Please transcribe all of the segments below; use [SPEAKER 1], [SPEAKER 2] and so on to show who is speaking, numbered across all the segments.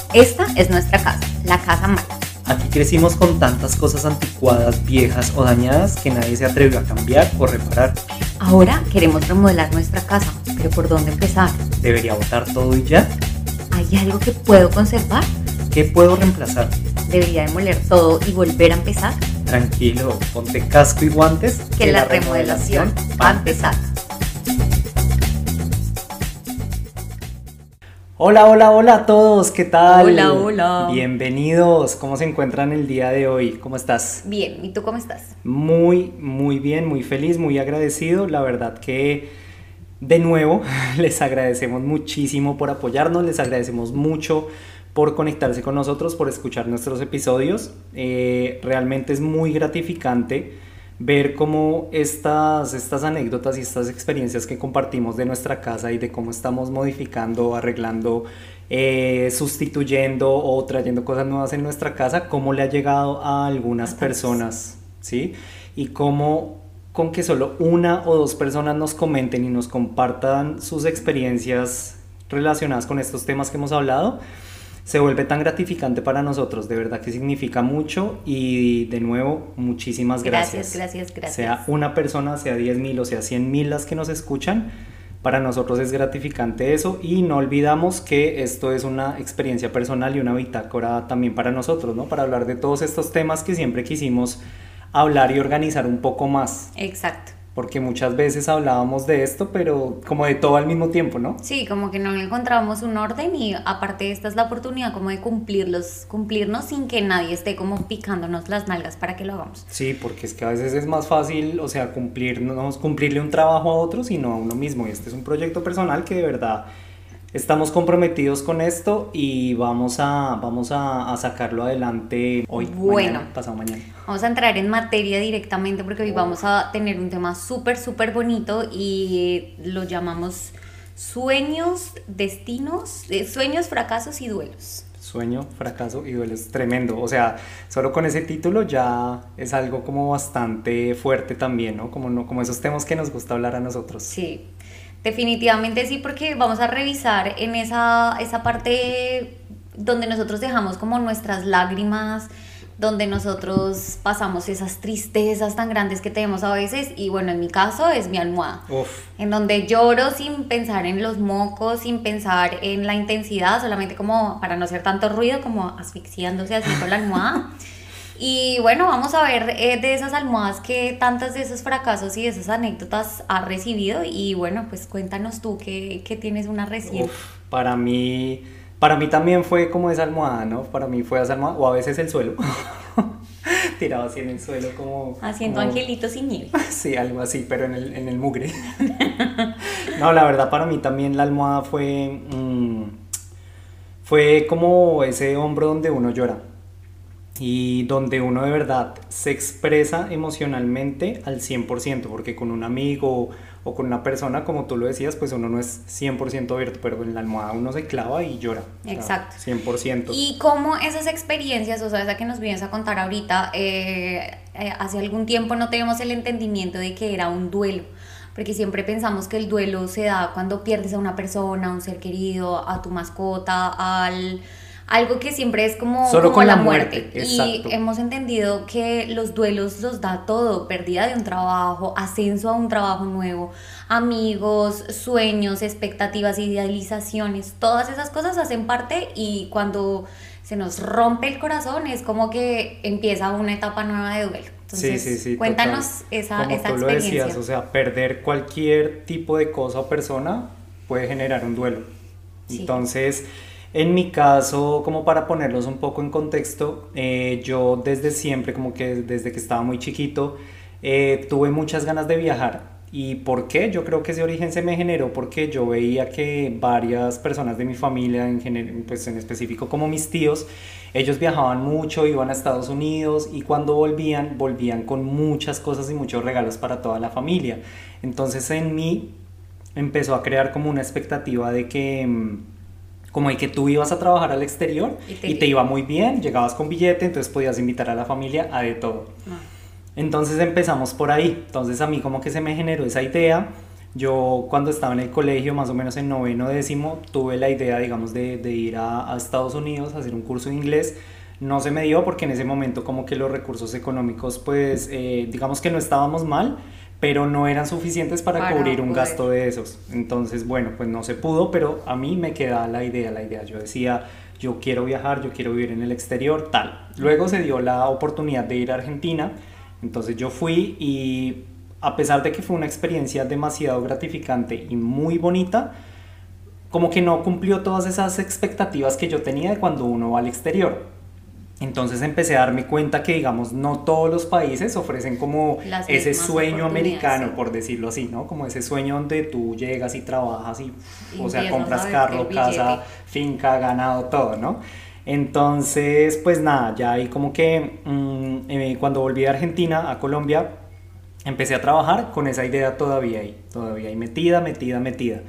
[SPEAKER 1] Esta es nuestra casa, la casa Mala.
[SPEAKER 2] Aquí crecimos con tantas cosas anticuadas, viejas o dañadas que nadie se atrevió a cambiar o reparar.
[SPEAKER 1] Ahora queremos remodelar nuestra casa, pero ¿por dónde empezar?
[SPEAKER 2] ¿Debería botar todo y ya?
[SPEAKER 1] ¿Hay algo que puedo conservar?
[SPEAKER 2] ¿Qué puedo reemplazar?
[SPEAKER 1] ¿Debería demoler todo y volver a empezar?
[SPEAKER 2] Tranquilo, ponte casco y guantes,
[SPEAKER 1] Que la remodelación va a empezar.
[SPEAKER 2] Hola, hola, hola a todos, ¿qué tal?
[SPEAKER 1] Hola, hola.
[SPEAKER 2] Bienvenidos, ¿cómo se encuentran el día de hoy? ¿Cómo estás?
[SPEAKER 1] Bien, ¿y tú cómo estás?
[SPEAKER 2] Muy bien, muy feliz, muy agradecido. La verdad que de nuevo les agradecemos muchísimo por apoyarnos, les agradecemos mucho por conectarse con nosotros, por escuchar nuestros episodios. Realmente es muy gratificante ver cómo estas anécdotas y estas experiencias que compartimos de nuestra casa y de cómo estamos modificando, arreglando, sustituyendo o trayendo cosas nuevas en nuestra casa, cómo le ha llegado a algunas personas, ¿sí? Y cómo con que solo una o dos personas nos comenten y nos compartan sus experiencias relacionadas con estos temas que hemos hablado, se vuelve tan gratificante para nosotros, de verdad que significa mucho. Y de nuevo, muchísimas gracias.
[SPEAKER 1] Gracias.
[SPEAKER 2] Sea una persona, sea 10,000 o sea 100,000 las que nos escuchan, para nosotros es gratificante eso. Y no olvidamos que esto es una experiencia personal y una bitácora también para nosotros, ¿no? Para hablar de todos estos temas que siempre quisimos hablar y organizar un poco más.
[SPEAKER 1] Exacto.
[SPEAKER 2] Porque muchas veces hablábamos de esto, pero como de todo al mismo tiempo, ¿no?
[SPEAKER 1] Sí, como que no encontrábamos un orden y aparte esta es la oportunidad como de cumplirnos sin que nadie esté como picándonos las nalgas para que lo hagamos.
[SPEAKER 2] Sí, porque es que a veces es más fácil, o sea, cumplirle un trabajo a otro, sino a uno mismo. Y este es un proyecto personal que de verdad estamos comprometidos con esto y vamos a sacarlo adelante hoy,
[SPEAKER 1] Bueno,
[SPEAKER 2] mañana, pasado mañana.
[SPEAKER 1] Vamos a entrar en materia directamente porque hoy vamos a tener un tema súper bonito y lo llamamos sueños, destinos, sueños, fracasos y duelos.
[SPEAKER 2] Sueño, fracaso y duelo, es tremendo. O sea, solo con ese título ya es algo como bastante fuerte también, ¿no? Como esos temas que nos gusta hablar a nosotros.
[SPEAKER 1] Sí, definitivamente sí, porque vamos a revisar en esa parte donde nosotros dejamos como nuestras lágrimas, donde nosotros pasamos esas tristezas tan grandes que tenemos a veces. Y bueno, en mi caso es mi almohada.
[SPEAKER 2] Uf.
[SPEAKER 1] En donde lloro sin pensar en los mocos, sin pensar en la intensidad, solamente como para no hacer tanto ruido, como asfixiándose así con la almohada. Y bueno, vamos a ver de esas almohadas que tantas de esos fracasos y de esas anécdotas has recibido. Y bueno, pues cuéntanos tú que tienes una reciente.
[SPEAKER 2] Para mí también fue como esa almohada, ¿no? Para mí fue esa almohada, o a veces el suelo. Tirado así en el suelo como...
[SPEAKER 1] Haciendo angelitos sin nieve.
[SPEAKER 2] Sí, algo así, pero en el mugre. No, la verdad para mí también la almohada fue como ese hombro donde uno llora. Y donde uno de verdad se expresa emocionalmente al 100%, porque con un amigo o con una persona, como tú lo decías, pues uno no es 100% abierto, pero en la almohada uno se clava y llora.
[SPEAKER 1] Exacto.
[SPEAKER 2] 100%.
[SPEAKER 1] Y cómo esas experiencias, o sea, esa que nos vienes a contar ahorita, hace algún tiempo no teníamos el entendimiento de que era un duelo, porque siempre pensamos que el duelo se da cuando pierdes a una persona, a un ser querido, a tu mascota, algo que siempre es como
[SPEAKER 2] solo con
[SPEAKER 1] la
[SPEAKER 2] la
[SPEAKER 1] muerte.
[SPEAKER 2] Exacto.
[SPEAKER 1] Y hemos entendido que los duelos los da todo: pérdida de un trabajo, ascenso a un trabajo nuevo, amigos, sueños, expectativas, idealizaciones, todas esas cosas hacen parte. Y cuando se nos rompe el corazón es como que empieza una etapa nueva de duelo. Entonces,
[SPEAKER 2] sí,
[SPEAKER 1] cuéntanos
[SPEAKER 2] total.
[SPEAKER 1] esa
[SPEAKER 2] Como tú
[SPEAKER 1] experiencia.
[SPEAKER 2] lo decías, o sea, perder cualquier tipo de cosa o persona puede generar un duelo.
[SPEAKER 1] Sí.
[SPEAKER 2] Entonces, en mi caso, como para ponerlos un poco en contexto, yo desde siempre, como que desde que estaba muy chiquito, tuve muchas ganas de viajar. ¿Y por qué? Yo creo que ese origen se me generó porque yo veía que varias personas de mi familia, pues en específico como mis tíos, ellos viajaban mucho, iban a Estados Unidos y cuando volvían con muchas cosas y muchos regalos para toda la familia. Entonces en mí empezó a crear como una expectativa de que... como de que tú ibas a trabajar al exterior y te iba muy bien, llegabas con billete, entonces podías invitar a la familia a de todo. Entonces empezamos por ahí. Entonces a mí como que se me generó esa idea, Yo cuando estaba en el colegio, más o menos en noveno décimo, tuve la idea, digamos, de ir a Estados Unidos a hacer un curso de inglés. No se me dio porque en ese momento como que los recursos económicos, pues, digamos que no estábamos mal, pero no eran suficientes para cubrir un
[SPEAKER 1] poder.
[SPEAKER 2] gasto de esos. Entonces, bueno, pues no se pudo, pero a mí me quedaba la idea. Yo decía, yo quiero viajar, yo quiero vivir en el exterior, tal. Luego se dio la oportunidad de ir a Argentina, entonces yo fui y a pesar de que fue una experiencia demasiado gratificante y muy bonita, como que no cumplió todas esas expectativas que yo tenía de cuando uno va al exterior. Entonces empecé a darme cuenta que, digamos, no todos los países ofrecen como
[SPEAKER 1] Las
[SPEAKER 2] ese
[SPEAKER 1] mismas
[SPEAKER 2] sueño
[SPEAKER 1] oportunidades,
[SPEAKER 2] americano,
[SPEAKER 1] sí.
[SPEAKER 2] por decirlo así, ¿no? Como ese sueño donde tú llegas y trabajas y,
[SPEAKER 1] Y
[SPEAKER 2] o sea,
[SPEAKER 1] empiezas
[SPEAKER 2] compras
[SPEAKER 1] a ver el
[SPEAKER 2] carro,
[SPEAKER 1] billete.
[SPEAKER 2] casa, finca, ganado, todo, ¿no? Entonces, pues nada, ya ahí como que cuando volví a Argentina, a Colombia, empecé a trabajar con esa idea todavía ahí metida, metida, metida.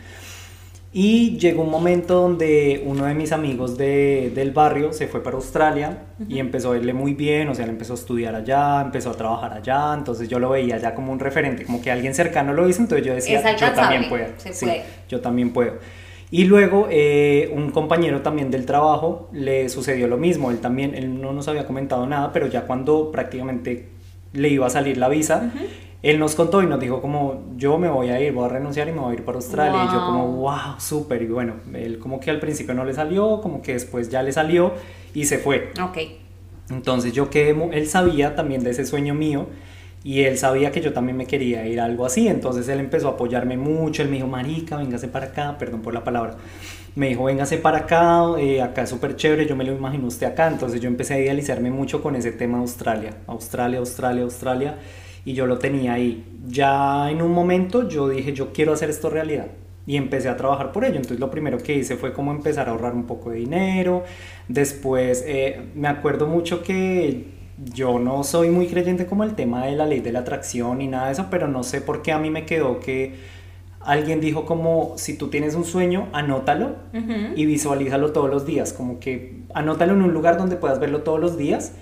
[SPEAKER 2] Y llegó un momento donde uno de mis amigos del barrio se fue para Australia y empezó a irle muy bien, o sea, él empezó a estudiar allá, empezó a trabajar allá, entonces yo lo veía ya como un referente, como que alguien cercano lo hizo, entonces yo decía,
[SPEAKER 1] Es
[SPEAKER 2] yo también
[SPEAKER 1] alcanzable,
[SPEAKER 2] puedo,
[SPEAKER 1] se
[SPEAKER 2] sí,
[SPEAKER 1] puede.
[SPEAKER 2] yo también puedo. Y luego un compañero también del trabajo le sucedió lo mismo, él también, él no nos había comentado nada, pero ya cuando prácticamente le iba a salir la visa, él nos contó y nos dijo como yo me voy a ir, voy a renunciar y me voy a ir para Australia. Y yo como
[SPEAKER 1] Wow.
[SPEAKER 2] wow, súper. Y bueno, él como que al principio no le salió, como que después ya le salió y se fue.
[SPEAKER 1] Ok.
[SPEAKER 2] Entonces yo quedé, él sabía también de ese sueño mío y él sabía que yo también me quería ir a algo así. Entonces él empezó a apoyarme mucho, él me dijo, marica, véngase para acá, perdón por la palabra. Me dijo, véngase para acá, acá es súper chévere, yo me lo imagino usted acá. Entonces yo empecé a idealizarme mucho con ese tema de Australia, Australia, Australia, Australia, y yo lo tenía ahí. Ya en un momento yo dije, yo quiero hacer esto realidad. Y empecé a trabajar por ello. Entonces lo primero que hice fue como empezar a ahorrar un poco de dinero. Después me acuerdo mucho que yo no soy muy creyente como el tema de la ley de la atracción ni nada de eso, pero no sé por qué a mí me quedó que alguien dijo como si tú tienes un sueño, anótalo y visualízalo todos los días, como que anótalo en un lugar donde puedas verlo todos los días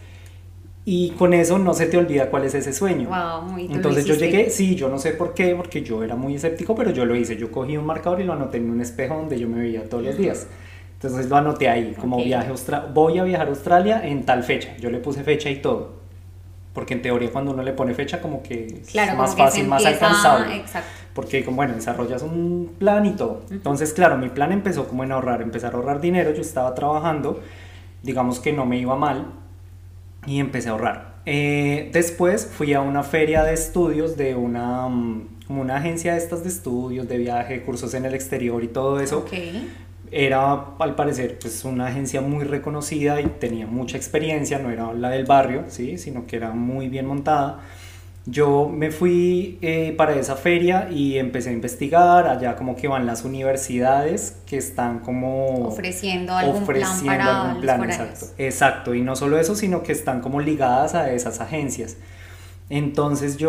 [SPEAKER 2] y con eso no se te olvida cuál es ese sueño.
[SPEAKER 1] Wow, muy tú lo
[SPEAKER 2] Entonces yo
[SPEAKER 1] hiciste.
[SPEAKER 2] llegué, sí, yo no sé por qué, porque yo era muy escéptico, pero yo lo hice, yo cogí un marcador y lo anoté en un espejo donde yo me veía todos los días. Entonces lo anoté ahí, como
[SPEAKER 1] Ok.
[SPEAKER 2] voy a viajar a Australia en tal fecha, yo le puse fecha y todo, porque en teoría cuando uno le pone fecha como que es
[SPEAKER 1] Claro,
[SPEAKER 2] más
[SPEAKER 1] como que se
[SPEAKER 2] fácil, más
[SPEAKER 1] empieza.
[SPEAKER 2] alcanzable,
[SPEAKER 1] Exacto.
[SPEAKER 2] porque como, bueno, desarrollas un plan y todo. Entonces, claro, mi plan empezó como en ahorrar, empezar a ahorrar dinero, yo estaba trabajando, digamos que no me iba mal y empecé a ahorrar. Después fui a una feria de estudios de como una agencia de estas de estudios, de viaje, cursos en el exterior y todo eso.
[SPEAKER 1] Ok.
[SPEAKER 2] Era al parecer pues una agencia muy reconocida y tenía mucha experiencia, no era la del barrio, ¿sí? Sino que era muy bien montada. Yo me fui para esa feria y empecé a investigar, allá como que van las universidades que están como
[SPEAKER 1] Ofreciendo algún plan
[SPEAKER 2] ofreciendo
[SPEAKER 1] para
[SPEAKER 2] algún
[SPEAKER 1] los
[SPEAKER 2] plan, exacto,
[SPEAKER 1] foráneos.
[SPEAKER 2] exacto, y no solo eso, sino que están como ligadas a esas agencias. Entonces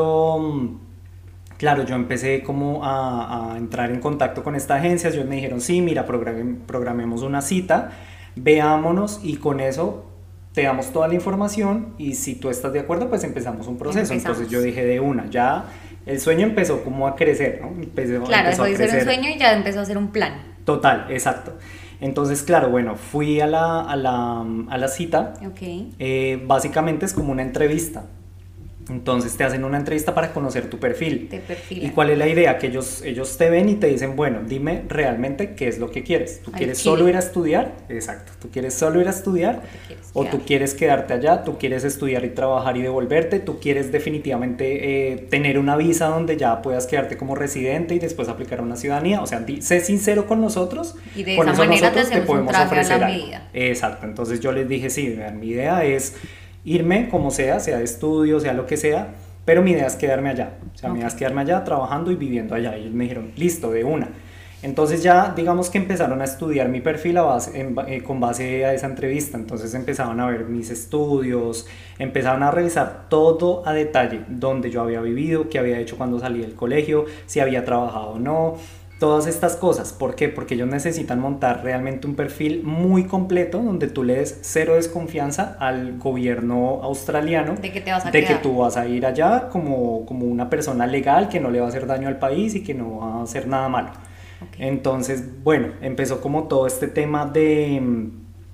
[SPEAKER 2] claro, yo empecé como a entrar en contacto con estas agencias, ellos me dijeron, sí, mira, programemos una cita, veámonos y con eso te damos toda la información y si tú estás de acuerdo, pues empezamos un proceso.
[SPEAKER 1] Empezamos.
[SPEAKER 2] Entonces yo dije de una, ya el sueño empezó como a crecer, ¿no?
[SPEAKER 1] Claro,
[SPEAKER 2] Empezó
[SPEAKER 1] dejó
[SPEAKER 2] a
[SPEAKER 1] de ser un
[SPEAKER 2] crecer.
[SPEAKER 1] sueño y ya empezó a ser un plan.
[SPEAKER 2] Total, exacto. Entonces, claro, bueno, fui a la cita,
[SPEAKER 1] Ok.
[SPEAKER 2] básicamente es como una entrevista. Entonces te hacen una entrevista para conocer tu perfil.
[SPEAKER 1] Te
[SPEAKER 2] ¿Y
[SPEAKER 1] perfilan.
[SPEAKER 2] cuál es la idea? Que ellos te ven y te dicen, bueno, dime realmente qué es lo que quieres. ¿Tú
[SPEAKER 1] Al
[SPEAKER 2] quieres
[SPEAKER 1] chile.
[SPEAKER 2] solo ir a estudiar? Exacto. ¿Tú quieres solo ir a estudiar?
[SPEAKER 1] Te quieres
[SPEAKER 2] ¿O tú
[SPEAKER 1] quedar.
[SPEAKER 2] quieres quedarte allá? ¿Tú quieres estudiar y trabajar y devolverte? ¿Tú quieres definitivamente tener una visa donde ya puedas quedarte como residente y después aplicar a una ciudadanía? O sea, sé sincero con nosotros.
[SPEAKER 1] Y de
[SPEAKER 2] Con
[SPEAKER 1] esa
[SPEAKER 2] eso
[SPEAKER 1] manera te
[SPEAKER 2] nosotros te
[SPEAKER 1] hacemos un
[SPEAKER 2] podemos
[SPEAKER 1] traje a
[SPEAKER 2] ofrecer
[SPEAKER 1] la
[SPEAKER 2] algo.
[SPEAKER 1] medida.
[SPEAKER 2] Exacto. Entonces yo les dije, sí, vean, mi idea es irme como sea de estudio, sea lo que sea, pero mi idea es quedarme allá. O sea, mi idea es
[SPEAKER 1] Ok.
[SPEAKER 2] quedarme allá trabajando y viviendo allá. Y ellos me dijeron, listo, de una. Entonces ya digamos que empezaron a estudiar mi perfil con base a esa entrevista. Entonces empezaban a ver mis estudios, empezaban a revisar todo a detalle, dónde yo había vivido, qué había hecho cuando salí del colegio, si había trabajado o no. todas estas cosas. ¿Por qué? Porque ellos necesitan montar realmente un perfil muy completo donde tú le des cero desconfianza al gobierno australiano
[SPEAKER 1] de que te vas a
[SPEAKER 2] de
[SPEAKER 1] quedar.
[SPEAKER 2] que tú vas a ir allá como una persona legal que no le va a hacer daño al país y que no va a hacer nada malo.
[SPEAKER 1] Okay.
[SPEAKER 2] Entonces, bueno, empezó como todo este tema de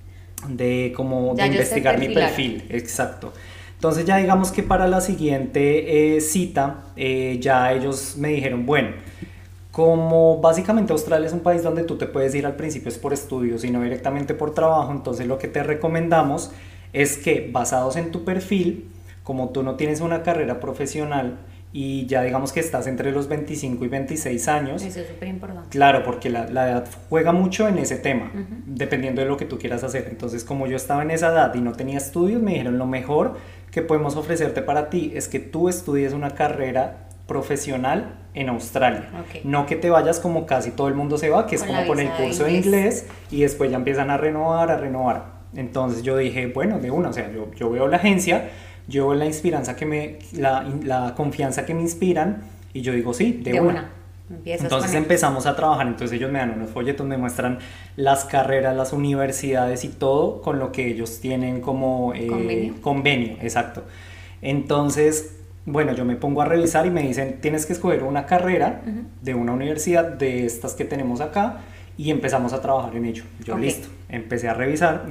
[SPEAKER 2] investigar mi perfil, exacto. Entonces ya digamos que para la siguiente cita ya ellos me dijeron, bueno, como básicamente Australia es un país donde tú te puedes ir al principio es por estudios y no directamente por trabajo, entonces lo que te recomendamos es que basados en tu perfil, como tú no tienes una carrera profesional y ya digamos que estás entre los 25 y 26 años.
[SPEAKER 1] Eso es súper importante.
[SPEAKER 2] Claro, porque la edad juega mucho en ese tema, dependiendo de lo que tú quieras hacer. Entonces, como yo estaba en esa edad y no tenía estudios, me dijeron lo mejor que podemos ofrecerte para ti es que tú estudies una carrera profesional en Australia.
[SPEAKER 1] Okay.
[SPEAKER 2] No que te vayas como casi todo el mundo se va, que es como con el curso de inglés y después ya empiezan a renovar. Entonces yo dije, bueno, de una, o sea, yo veo la agencia, yo veo la inspiranza la confianza que me inspiran y yo digo, sí, de una. Entonces empezamos a trabajar, entonces ellos me dan unos folletos, me muestran las carreras, las universidades y todo con lo que ellos tienen como convenio, exacto. Entonces, bueno, yo me pongo a revisar y me dicen, tienes que escoger una carrera de una universidad de estas que tenemos acá y empezamos a trabajar en ello. Yo listo, empecé a revisar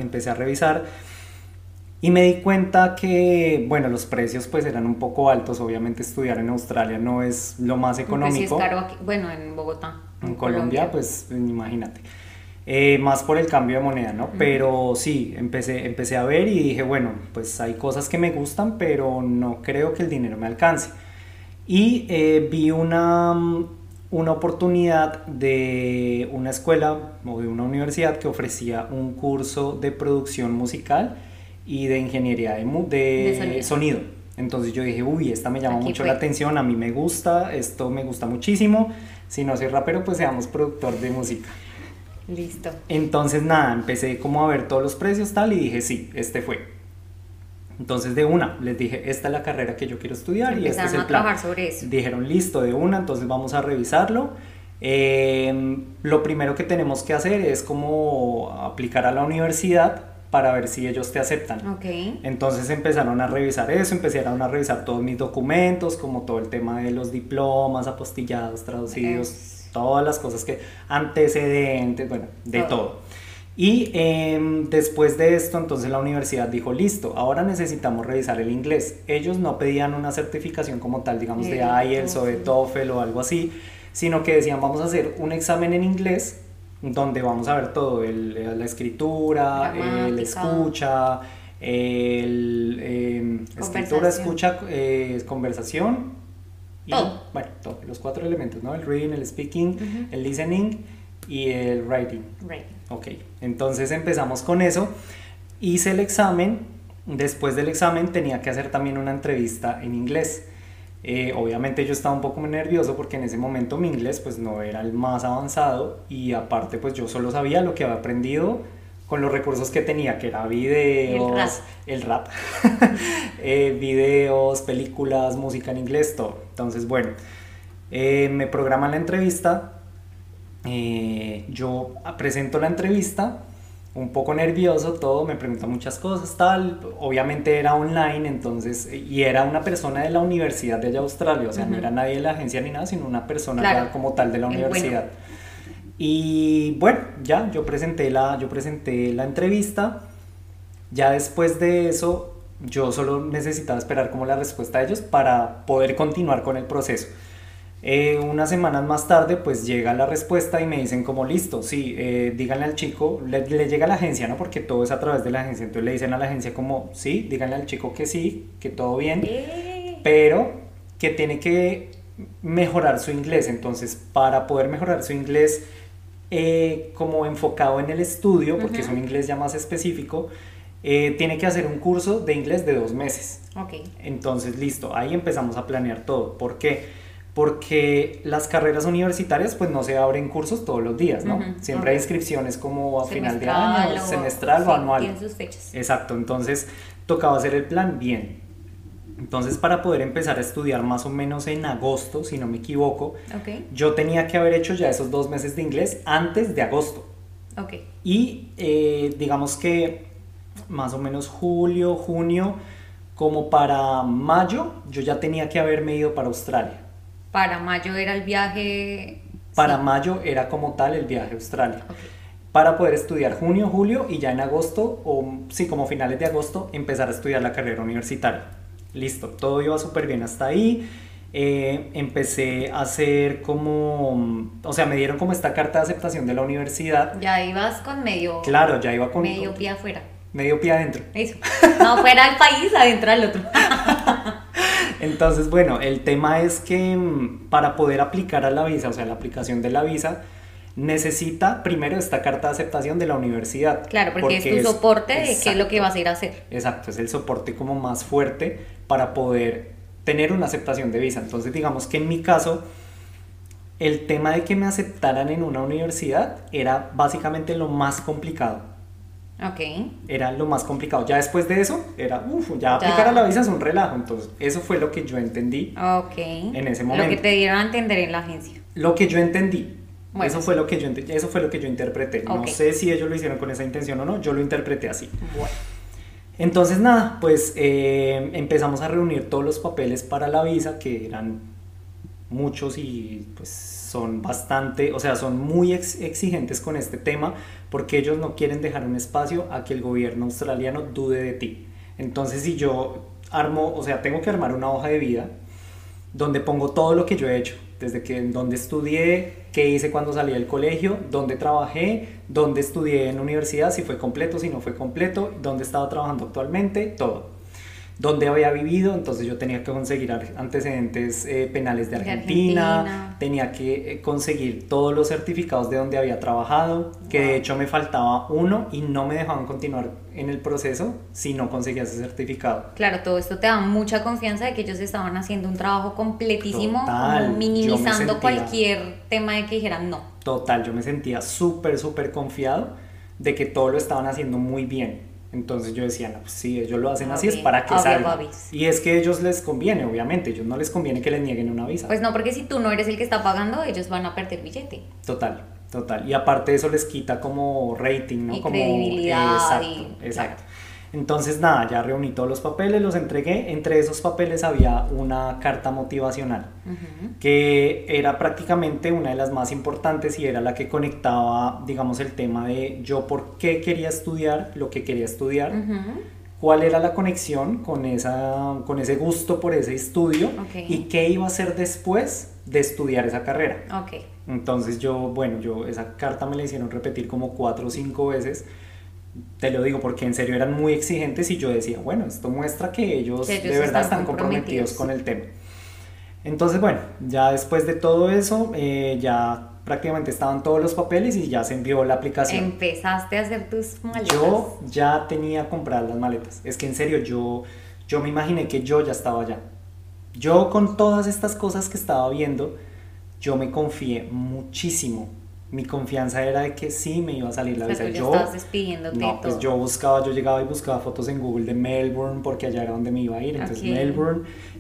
[SPEAKER 2] y me di cuenta que, bueno, los precios pues eran un poco altos. Obviamente estudiar en Australia no es lo más económico.
[SPEAKER 1] Pues sí es caro aquí, bueno, en Bogotá.
[SPEAKER 2] En Colombia, pues imagínate. Más por el cambio de moneda, ¿no? Pero sí, empecé a ver y dije, bueno, pues hay cosas que me gustan, pero no creo que el dinero me alcance. Y vi una oportunidad de una escuela o de una universidad que ofrecía un curso de producción musical y de ingeniería de sonido. Entonces yo dije, uy, esta me llama mucho la atención, a mí me gusta, esto me gusta muchísimo. Si no soy rapero, pues seamos productor de música.
[SPEAKER 1] Listo.
[SPEAKER 2] Entonces nada, empecé como a ver todos los precios tal y dije, sí, este fue. Entonces de una, les dije, esta es la carrera que yo quiero estudiar y este es el plan.
[SPEAKER 1] Empezaron a trabajar sobre eso.
[SPEAKER 2] Dijeron, listo, de una, entonces vamos a revisarlo. Lo primero que tenemos que hacer es como aplicar a la universidad para ver si ellos te aceptan.
[SPEAKER 1] Okay.
[SPEAKER 2] Entonces empezaron a revisar eso, empezaron a revisar todos mis documentos, como todo el tema de los diplomas, apostillados, traducidos, todas las cosas que, antecedentes, bueno, de todo. Y después de esto, entonces la universidad dijo, listo, ahora necesitamos revisar el inglés. Ellos no pedían una certificación como tal, digamos, de IELTS o de TOEFL o algo así, sino que decían, vamos a hacer un examen en inglés donde vamos a ver todo, la escritura, la escucha, escritura, escucha, conversación, y, bueno, todo, los 4 elementos, ¿no? El reading, el speaking, el listening y el writing. Ok, entonces empezamos con eso, hice el examen, después del examen tenía que hacer también una entrevista en inglés. Obviamente yo estaba un poco nervioso porque en ese momento mi inglés pues no era el más avanzado y aparte pues yo solo sabía lo que había aprendido con los recursos que tenía, que era videos, el rap, videos, películas, música en inglés, todo. Entonces bueno, me programan la entrevista, yo presento la entrevista, un poco nervioso, todo, me pregunta muchas cosas, tal, obviamente era online, entonces, y era una persona de la universidad de allá Australia, o sea, no era nadie de la agencia ni nada, sino una persona ya como tal de la universidad. Y bueno, ya, yo presenté la entrevista, ya después de eso, yo solo necesitaba esperar como la respuesta de ellos para poder continuar con el proceso. Unas semanas más tarde pues llega la respuesta y me dicen como listo, sí, díganle al chico, le llega a la agencia, ¿no? Porque todo es a través de la agencia, entonces le dicen a la agencia como sí, díganle al chico que sí, que todo bien, pero que tiene que mejorar su inglés. Entonces para poder mejorar su inglés como enfocado en el estudio, porque es un inglés ya más específico, tiene que hacer un curso de inglés de 2 meses. Entonces listo, ahí empezamos a planear todo. ¿Por qué? Porque las carreras universitarias pues no se abren cursos todos los días, ¿no? Siempre hay inscripciones como a final de año, semestral o anual.
[SPEAKER 1] Tienen sus fechas.
[SPEAKER 2] Exacto, entonces tocaba hacer el plan bien. Entonces, para poder empezar a estudiar más o menos en agosto, si no me equivoco,
[SPEAKER 1] Ok,
[SPEAKER 2] yo tenía que haber hecho ya esos 2 meses de inglés antes de agosto.
[SPEAKER 1] ok.
[SPEAKER 2] Y digamos que más o menos julio, junio, como para mayo, yo ya tenía que haberme ido para Australia.
[SPEAKER 1] Para mayo era el viaje,
[SPEAKER 2] Para
[SPEAKER 1] sí,
[SPEAKER 2] mayo era como tal el viaje a Australia.
[SPEAKER 1] ok.
[SPEAKER 2] Para poder estudiar junio, julio y ya en agosto, o sí, como finales de agosto, empezar a estudiar la carrera universitaria. Listo, todo iba súper bien hasta ahí. Empecé a hacer como, o sea, me dieron como esta carta de aceptación de la universidad.
[SPEAKER 1] Ya ibas con
[SPEAKER 2] Claro, ya iba
[SPEAKER 1] medio pie afuera.
[SPEAKER 2] medio pie adentro.
[SPEAKER 1] Eso. No fuera del país, adentro del otro.
[SPEAKER 2] Entonces, bueno, el tema es que para poder aplicar a la visa, o sea, la aplicación de la visa, necesita primero esta carta de aceptación de la universidad.
[SPEAKER 1] Claro, porque es tu soporte de qué es lo que
[SPEAKER 2] exacto,
[SPEAKER 1] vas a ir a hacer.
[SPEAKER 2] exacto, es el soporte como más fuerte para poder tener una aceptación de visa. Entonces, digamos que en mi caso, el tema de que me aceptaran en una universidad era básicamente lo más complicado.
[SPEAKER 1] Ok.
[SPEAKER 2] Era lo más complicado. Ya después de eso, ya aplicar a
[SPEAKER 1] Ya.
[SPEAKER 2] la visa es un relajo. Entonces, eso fue lo que yo entendí
[SPEAKER 1] Ok.
[SPEAKER 2] en ese
[SPEAKER 1] Lo que
[SPEAKER 2] momento.
[SPEAKER 1] te dieron a entender en la agencia.
[SPEAKER 2] Lo que yo entendí.
[SPEAKER 1] Bueno,
[SPEAKER 2] Eso fue lo que eso fue lo que yo interpreté. No
[SPEAKER 1] ok.
[SPEAKER 2] sé si ellos lo hicieron con esa intención o no, yo lo interpreté así.
[SPEAKER 1] Bueno.
[SPEAKER 2] Entonces nada, pues empezamos a reunir todos los papeles para la visa, que eran muchos y pues son bastante, o sea, son muy exigentes con este tema porque ellos no quieren dejar un espacio a que el gobierno australiano dude de ti. Entonces si yo armo, o sea, tengo que armar una hoja de vida donde pongo todo lo que yo he hecho, desde que donde estudié, qué hice cuando salí del colegio, dónde trabajé, dónde estudié en la universidad, si fue completo, si no fue completo, dónde estaba trabajando actualmente, todo. Dónde había vivido, entonces yo tenía que conseguir antecedentes penales de
[SPEAKER 1] De
[SPEAKER 2] Argentina,
[SPEAKER 1] Argentina.
[SPEAKER 2] tenía que conseguir todos los certificados de donde había trabajado, que de
[SPEAKER 1] Wow.
[SPEAKER 2] hecho me faltaba uno y no me dejaban continuar en el proceso si no conseguía ese certificado.
[SPEAKER 1] Claro, todo esto te da mucha confianza de que ellos estaban haciendo un trabajo completísimo,
[SPEAKER 2] Total,
[SPEAKER 1] como
[SPEAKER 2] yo me
[SPEAKER 1] minimizando
[SPEAKER 2] sentía-
[SPEAKER 1] cualquier tema de que dijeran no.
[SPEAKER 2] Total, yo me sentía súper, súper confiado de que todo lo estaban haciendo muy bien. Entonces yo decía, no, pues sí, ellos lo hacen así, es para que
[SPEAKER 1] Obvio,
[SPEAKER 2] salga.
[SPEAKER 1] babis.
[SPEAKER 2] Y es que a ellos les conviene, obviamente, a ellos no les conviene que les nieguen una visa.
[SPEAKER 1] Pues no, porque si tú no eres el que está pagando, ellos van a perder billete.
[SPEAKER 2] Total, total. Y aparte de eso les quita como rating, ¿no?
[SPEAKER 1] Y
[SPEAKER 2] Como,
[SPEAKER 1] credibilidad.
[SPEAKER 2] exacto,
[SPEAKER 1] Y,
[SPEAKER 2] exacto.
[SPEAKER 1] claro.
[SPEAKER 2] Entonces nada, ya reuní todos los papeles, los entregué. Entre esos papeles había una carta motivacional,
[SPEAKER 1] Ujú,
[SPEAKER 2] que era prácticamente una de las más importantes y era la que conectaba, digamos, el tema de yo por qué quería estudiar lo que quería estudiar,
[SPEAKER 1] ujú.
[SPEAKER 2] cuál era la conexión con ese gusto por ese estudio
[SPEAKER 1] Ok.
[SPEAKER 2] y qué iba a hacer después de estudiar esa carrera.
[SPEAKER 1] Ok.
[SPEAKER 2] Entonces yo esa carta me la hicieron repetir como 4 o 5 veces. Te lo digo porque en serio eran muy exigentes y yo decía, bueno, esto muestra que ellos,
[SPEAKER 1] Que ellos
[SPEAKER 2] de verdad
[SPEAKER 1] están
[SPEAKER 2] están comprometidos
[SPEAKER 1] comprometidos.
[SPEAKER 2] con el tema. Entonces, bueno, ya después de todo eso, ya prácticamente estaban todos los papeles y ya se envió la aplicación.
[SPEAKER 1] Empezaste a hacer tus maletas.
[SPEAKER 2] Yo ya tenía compradas las maletas. Es que en serio, yo me imaginé que yo ya estaba allá. Yo con todas estas cosas que estaba viendo, yo me confié muchísimo. Mi confianza era de que sí me iba a salir la
[SPEAKER 1] O sea,
[SPEAKER 2] visa.
[SPEAKER 1] tú ya estabas despidiéndote de
[SPEAKER 2] No, pues
[SPEAKER 1] todo.
[SPEAKER 2] yo llegaba y buscaba fotos en Google de Melbourne porque allá era donde me iba a ir, entonces
[SPEAKER 1] Ok.
[SPEAKER 2] Melbourne,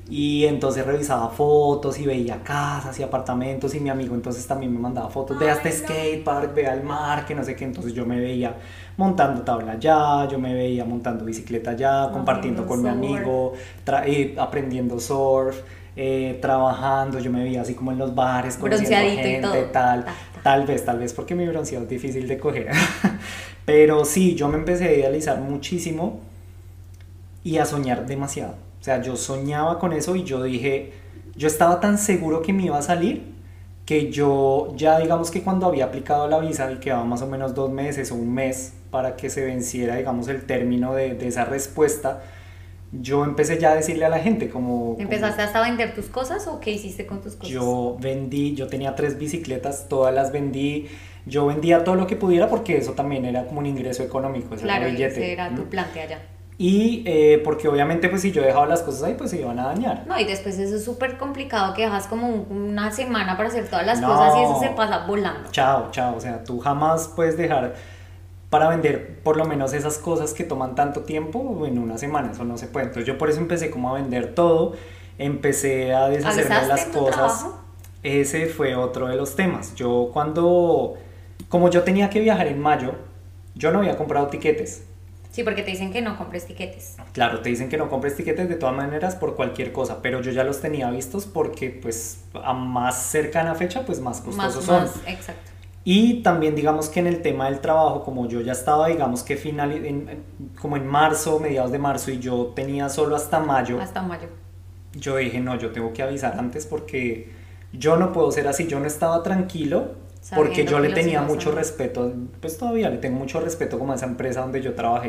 [SPEAKER 2] y entonces revisaba fotos y veía casas y apartamentos y mi amigo entonces también me mandaba fotos de hasta
[SPEAKER 1] Ay, no.
[SPEAKER 2] skatepark, vea el mar, que no sé qué, entonces yo me veía montando tabla allá, yo me veía montando bicicleta allá, compartiendo con mi
[SPEAKER 1] Haciendo
[SPEAKER 2] amigo, aprendiendo surf. Trabajando, yo me veía así como en los bares, conociendo
[SPEAKER 1] Bronceadito y
[SPEAKER 2] gente,
[SPEAKER 1] todo.
[SPEAKER 2] tal.
[SPEAKER 1] Ta, ta.
[SPEAKER 2] Tal vez porque mi bronceado es difícil de coger. Pero sí, yo me empecé a idealizar muchísimo y a soñar demasiado. O sea, yo soñaba con eso y yo dije, yo estaba tan seguro que me iba a salir que yo ya digamos que cuando había aplicado la visa y quedaba más o menos 2 meses o un mes para que se venciera, digamos, el término de esa respuesta, yo empecé ya a decirle a la gente como...
[SPEAKER 1] ¿Empezaste hasta a vender tus cosas o qué hiciste con tus cosas?
[SPEAKER 2] Yo tenía 3 bicicletas, todas las vendí, yo vendía todo lo que pudiera porque eso también era como un ingreso económico, ese
[SPEAKER 1] Claro,
[SPEAKER 2] era billete.
[SPEAKER 1] ese era tu plante allá.
[SPEAKER 2] Y porque obviamente pues si yo dejaba las cosas ahí pues se iban a dañar.
[SPEAKER 1] No, y después eso es súper complicado que dejas como una semana para hacer todas las
[SPEAKER 2] No.
[SPEAKER 1] cosas y eso se pasa volando.
[SPEAKER 2] Chao, chao, o sea, tú jamás puedes dejar para vender por lo menos esas cosas que toman tanto tiempo en una semana, eso no se puede. Entonces yo por eso empecé como a vender todo, empecé a deshacerme de las
[SPEAKER 1] ¿Avisaste en tu
[SPEAKER 2] cosas.
[SPEAKER 1] trabajo?
[SPEAKER 2] Ese fue otro de los temas. Yo como yo tenía que viajar en mayo, yo no había comprado tiquetes.
[SPEAKER 1] Sí, porque te dicen que no compres tiquetes.
[SPEAKER 2] Claro, te dicen que no compres tiquetes de todas maneras por cualquier cosa, pero yo ya los tenía vistos porque pues a más cercana fecha pues más costosos son.
[SPEAKER 1] Exacto.
[SPEAKER 2] Y también digamos que en el tema del trabajo, como yo ya estaba digamos que como en marzo, mediados de marzo y yo tenía solo hasta mayo,
[SPEAKER 1] Hasta mayo.
[SPEAKER 2] yo dije no, yo tengo que avisar antes porque yo no puedo ser así, yo no estaba tranquilo porque
[SPEAKER 1] Sabiendo
[SPEAKER 2] yo
[SPEAKER 1] que
[SPEAKER 2] le
[SPEAKER 1] los
[SPEAKER 2] tenía
[SPEAKER 1] ibas a
[SPEAKER 2] mucho
[SPEAKER 1] ver.
[SPEAKER 2] respeto, pues todavía le tengo mucho respeto como a esa empresa donde yo trabajé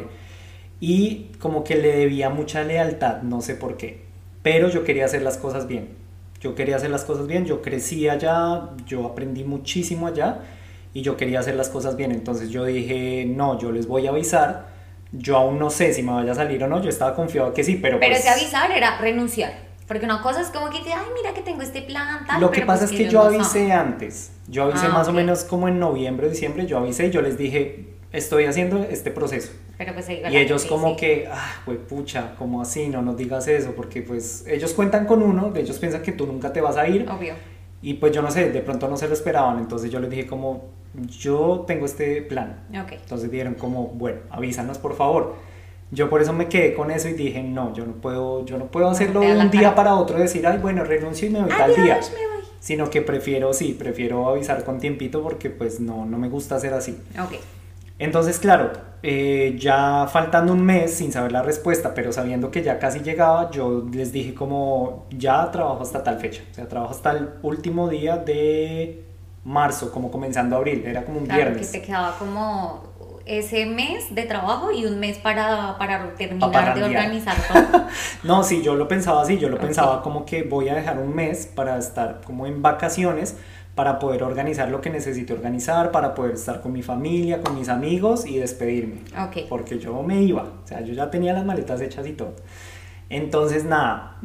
[SPEAKER 2] y como que le debía mucha lealtad, no sé por qué, pero yo quería hacer las cosas bien, yo quería hacer las cosas bien, yo crecí allá, yo aprendí muchísimo allá y yo quería hacer las cosas bien, entonces yo dije, no, yo les voy a avisar, yo aún no sé si me vaya a salir o no, yo estaba confiado que sí, pero
[SPEAKER 1] Pero
[SPEAKER 2] pues...
[SPEAKER 1] ese avisar era renunciar. Porque una cosa es como que te, ay, mira que tengo este plan, tal,
[SPEAKER 2] Lo que
[SPEAKER 1] pero
[SPEAKER 2] pasa
[SPEAKER 1] pues
[SPEAKER 2] es que
[SPEAKER 1] ellos
[SPEAKER 2] yo
[SPEAKER 1] no
[SPEAKER 2] avisé
[SPEAKER 1] saben.
[SPEAKER 2] antes, yo avisé
[SPEAKER 1] Ah,
[SPEAKER 2] más o
[SPEAKER 1] ok.
[SPEAKER 2] menos como en noviembre, diciembre, yo avisé y yo les dije, estoy haciendo este proceso.
[SPEAKER 1] Pero pues ahí
[SPEAKER 2] Y
[SPEAKER 1] la
[SPEAKER 2] ellos
[SPEAKER 1] gente
[SPEAKER 2] como
[SPEAKER 1] dice,
[SPEAKER 2] que, güey, pucha, ¿cómo así? No nos digas eso, porque pues ellos cuentan con uno, ellos piensan que tú nunca te vas a ir,
[SPEAKER 1] obvio.
[SPEAKER 2] y pues yo no sé, de pronto no se lo esperaban, entonces yo les dije como, yo tengo este plan.
[SPEAKER 1] Ok.
[SPEAKER 2] Entonces dijeron como, bueno, avísanos por favor. Yo por eso me quedé con eso y dije, no, yo no puedo
[SPEAKER 1] No,
[SPEAKER 2] hacerlo
[SPEAKER 1] te da
[SPEAKER 2] de
[SPEAKER 1] la
[SPEAKER 2] un día
[SPEAKER 1] cara.
[SPEAKER 2] para otro, decir, ay, bueno, renuncio y me voy tal día.
[SPEAKER 1] Adiós, me voy.
[SPEAKER 2] Sino que prefiero, sí, prefiero avisar con tiempito porque pues no me gusta hacer así.
[SPEAKER 1] Ok.
[SPEAKER 2] Entonces, claro, ya faltando un mes sin saber la respuesta, pero sabiendo que ya casi llegaba, yo les dije como, ya trabajo hasta tal fecha. O sea, trabajo hasta el último día de marzo, como comenzando abril, era como un
[SPEAKER 1] Claro, que
[SPEAKER 2] viernes.
[SPEAKER 1] te quedaba como ese mes de trabajo y un mes para
[SPEAKER 2] Pa'
[SPEAKER 1] terminar de
[SPEAKER 2] parrandear.
[SPEAKER 1] organizar todo.
[SPEAKER 2] No, sí, yo lo pensaba así, yo lo pensaba
[SPEAKER 1] Ok.
[SPEAKER 2] como que voy a dejar un mes para estar como en vacaciones, para poder organizar lo que necesito organizar, para poder estar con mi familia, con mis amigos y despedirme.
[SPEAKER 1] Ok.
[SPEAKER 2] Porque yo me iba, o sea, yo ya tenía las maletas hechas y todo. Entonces, nada,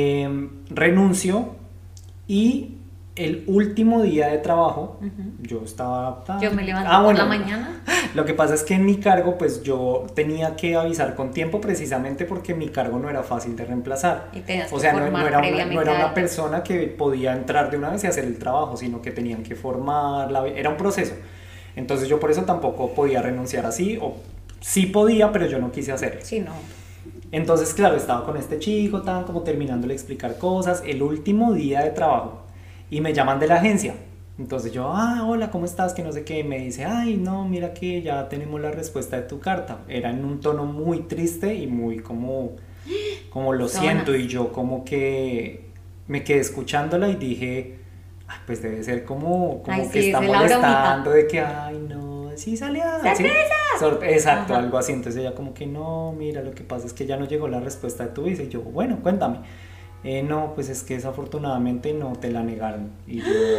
[SPEAKER 2] renuncio y el último día de trabajo, yo estaba...
[SPEAKER 1] Yo me levanto por la mañana.
[SPEAKER 2] Lo que pasa es que en mi cargo, pues yo tenía que avisar con tiempo precisamente porque mi cargo no era fácil de reemplazar.
[SPEAKER 1] Y tenías
[SPEAKER 2] O
[SPEAKER 1] que
[SPEAKER 2] sea,
[SPEAKER 1] formar
[SPEAKER 2] no
[SPEAKER 1] previamente
[SPEAKER 2] era
[SPEAKER 1] a
[SPEAKER 2] una
[SPEAKER 1] alguien.
[SPEAKER 2] persona que podía entrar de una vez y hacer el trabajo, sino que tenían que formarla, era un proceso. Entonces yo por eso tampoco podía renunciar así, o sí podía, pero yo no quise hacerlo.
[SPEAKER 1] Sí, no.
[SPEAKER 2] Entonces, claro, estaba con este chico, tan como terminándole de explicar cosas, el último día de trabajo, y me llaman de la agencia. Entonces yo, hola, ¿cómo estás? Que no sé qué. Me dice, ay, no, mira que ya tenemos la respuesta de tu carta. Era en un tono muy triste y muy como lo
[SPEAKER 1] Zona.
[SPEAKER 2] siento. Y yo como que me quedé escuchándola y dije, ay, pues debe ser como
[SPEAKER 1] Ay,
[SPEAKER 2] que
[SPEAKER 1] sí,
[SPEAKER 2] está
[SPEAKER 1] es de la
[SPEAKER 2] molestando
[SPEAKER 1] bromita.
[SPEAKER 2] de que, ay, no, sí salió. ¿sí? Exacto,
[SPEAKER 1] Ajá.
[SPEAKER 2] algo así. Entonces ella como que, no, mira, lo que pasa es que ya no llegó la respuesta de tu visa. Y yo, bueno, cuéntame. No, pues es que desafortunadamente no te la negaron. Y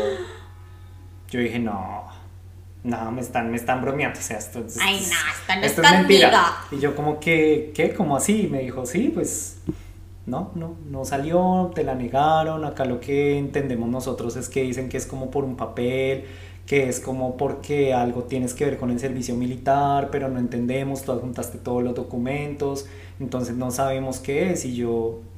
[SPEAKER 2] yo dije, no, me están bromeando. O sea,
[SPEAKER 1] Ay, no, esta no es
[SPEAKER 2] esto es mentira.
[SPEAKER 1] conmigo.
[SPEAKER 2] Y yo como que, ¿qué? ¿Cómo así? Y me dijo, sí, pues no salió, te la negaron. Acá lo que entendemos nosotros es que dicen que es como por un papel, que es como porque algo tienes que ver con el servicio militar, pero no entendemos, tú adjuntaste todos los documentos, entonces no sabemos qué es. Y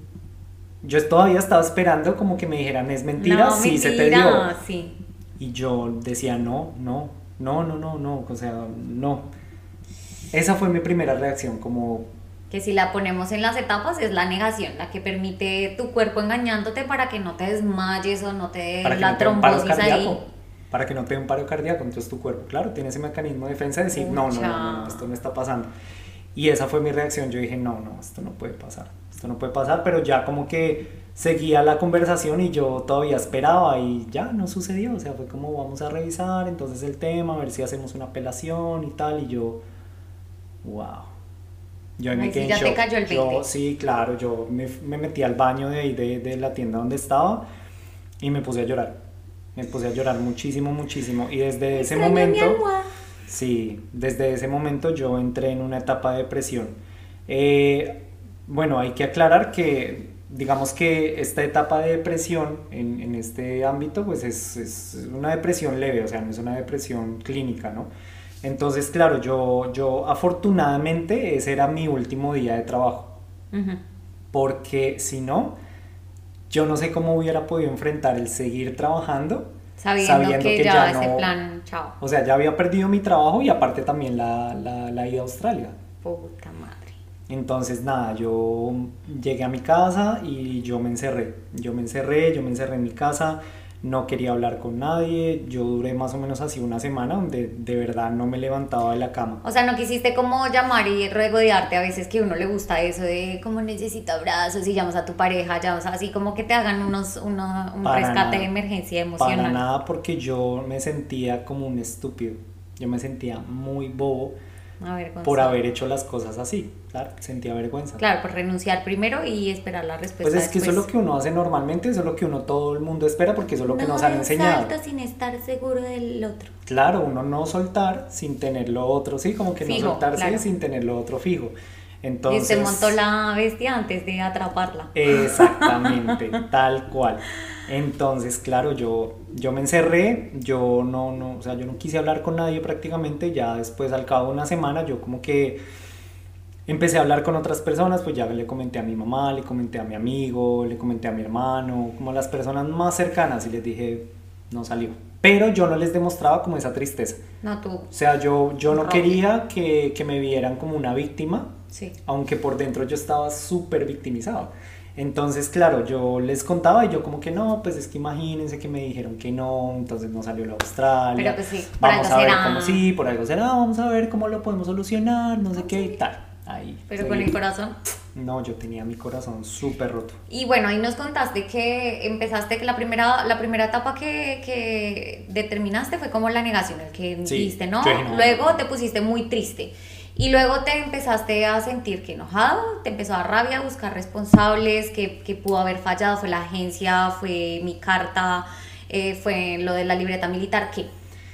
[SPEAKER 2] yo todavía estaba esperando como que me dijeran, es mentira,
[SPEAKER 1] No,
[SPEAKER 2] sí se te dio.
[SPEAKER 1] mentira. Sí.
[SPEAKER 2] Y yo decía, no, o sea, no. Esa fue mi primera reacción, como,
[SPEAKER 1] Que si la ponemos en las etapas es la negación, la que permite tu cuerpo engañándote para que no te desmayes o no te dé
[SPEAKER 2] para que
[SPEAKER 1] la
[SPEAKER 2] no te dé un paro
[SPEAKER 1] trombosis
[SPEAKER 2] cardíaco.
[SPEAKER 1] ahí.
[SPEAKER 2] Para que no te dé un paro cardíaco, entonces tu cuerpo, claro, tiene ese mecanismo de defensa de decir, no,
[SPEAKER 1] Pucha.
[SPEAKER 2] esto no está pasando. Y esa fue mi reacción, yo dije, no, esto no puede pasar, pero ya como que seguía la conversación y yo todavía esperaba y ya no sucedió, o sea, fue como vamos a revisar entonces el tema, a ver si hacemos una apelación y tal, y yo, wow. Yo ahí me
[SPEAKER 1] Ay,
[SPEAKER 2] quedé
[SPEAKER 1] sí,
[SPEAKER 2] en
[SPEAKER 1] ya te
[SPEAKER 2] shock.
[SPEAKER 1] cayó el 20.
[SPEAKER 2] Sí, claro, yo me metí al baño de ahí de la tienda donde estaba y me puse a llorar. Me puse a llorar muchísimo, muchísimo. Y desde ese
[SPEAKER 1] Extraño mi
[SPEAKER 2] momento,
[SPEAKER 1] almohada.
[SPEAKER 2] sí, desde ese momento yo entré en una etapa de depresión. Eh, bueno, hay que aclarar que, digamos que esta etapa de depresión en este ámbito, pues es una depresión leve, o sea, no es una depresión clínica, ¿no? Entonces, claro, yo afortunadamente ese era mi último día de trabajo,
[SPEAKER 1] Ujú.
[SPEAKER 2] porque si no, yo no sé cómo hubiera podido enfrentar el seguir trabajando
[SPEAKER 1] Sabiendo
[SPEAKER 2] sabiendo
[SPEAKER 1] que
[SPEAKER 2] que
[SPEAKER 1] ya
[SPEAKER 2] ya
[SPEAKER 1] ese
[SPEAKER 2] no,
[SPEAKER 1] plan, chao.
[SPEAKER 2] o sea, ya había perdido mi trabajo y aparte también la ida a Australia.
[SPEAKER 1] Puta madre.
[SPEAKER 2] Entonces, nada, yo llegué a mi casa y yo me encerré en mi casa, no quería hablar con nadie, yo duré más o menos así una semana donde de verdad no me levantaba de la cama.
[SPEAKER 1] O sea, no quisiste como llamar y regodearte a veces que a uno le gusta eso de como necesito abrazos y llamas a tu pareja, llamas así como que te hagan un
[SPEAKER 2] Para
[SPEAKER 1] rescate de
[SPEAKER 2] nada,
[SPEAKER 1] emergencia
[SPEAKER 2] para
[SPEAKER 1] emocional.
[SPEAKER 2] nada porque yo me sentía como un estúpido, yo me sentía muy bobo por
[SPEAKER 1] Avergonzado.
[SPEAKER 2] haber hecho las cosas así, claro, sentía vergüenza.
[SPEAKER 1] Claro, pues renunciar primero y esperar la
[SPEAKER 2] Pues
[SPEAKER 1] respuesta
[SPEAKER 2] es que eso es lo
[SPEAKER 1] después.
[SPEAKER 2] que uno hace normalmente, eso es lo que uno todo el mundo espera porque eso es lo que
[SPEAKER 1] No
[SPEAKER 2] nos han
[SPEAKER 1] des
[SPEAKER 2] enseñado.
[SPEAKER 1] salto sin estar seguro del otro.
[SPEAKER 2] Claro, uno no soltar sin tener lo otro, sí, como que no
[SPEAKER 1] Fijo,
[SPEAKER 2] soltarse
[SPEAKER 1] claro.
[SPEAKER 2] sin tener lo otro fijo.
[SPEAKER 1] Y se montó
[SPEAKER 2] Entonces,
[SPEAKER 1] la bestia antes de atraparla.
[SPEAKER 2] exactamente, tal cual. Entonces, claro, yo me encerré, o sea, yo no quise hablar con nadie prácticamente, ya después al cabo de una semana yo como que empecé a hablar con otras personas, pues ya le comenté a mi mamá, le comenté a mi amigo, le comenté a mi hermano, como a las personas más cercanas y les dije, no salió. Pero yo no les demostraba como esa tristeza.
[SPEAKER 1] No tú,
[SPEAKER 2] O sea, yo no
[SPEAKER 1] Roque.
[SPEAKER 2] quería que me vieran como una víctima,
[SPEAKER 1] Sí.
[SPEAKER 2] aunque por dentro yo estaba súper victimizado. Entonces, claro, yo les contaba y yo como que no, pues es que imagínense que me dijeron que no, entonces no salió la
[SPEAKER 1] Pero
[SPEAKER 2] Australia,
[SPEAKER 1] pues sí, por
[SPEAKER 2] vamos
[SPEAKER 1] algo
[SPEAKER 2] a ver cómo
[SPEAKER 1] será.
[SPEAKER 2] sí, por algo será, vamos a ver cómo lo podemos solucionar, no sé
[SPEAKER 1] Vamos
[SPEAKER 2] qué
[SPEAKER 1] a
[SPEAKER 2] y
[SPEAKER 1] ver.
[SPEAKER 2] tal. Ahí,
[SPEAKER 1] Pero
[SPEAKER 2] yo
[SPEAKER 1] con el
[SPEAKER 2] dije,
[SPEAKER 1] corazón.
[SPEAKER 2] no, yo tenía mi corazón súper roto.
[SPEAKER 1] Y bueno, ahí nos contaste que empezaste, que la primera etapa que determinaste fue como la negación, el que
[SPEAKER 2] Sí,
[SPEAKER 1] dijiste no,
[SPEAKER 2] yo dije, no, no,
[SPEAKER 1] luego
[SPEAKER 2] no.
[SPEAKER 1] te pusiste muy triste y luego te empezaste a sentir que enojado, te empezó a dar rabia, a buscar responsables, que pudo haber fallado, fue la agencia, fue mi carta, fue lo de la libreta militar, ¿qué?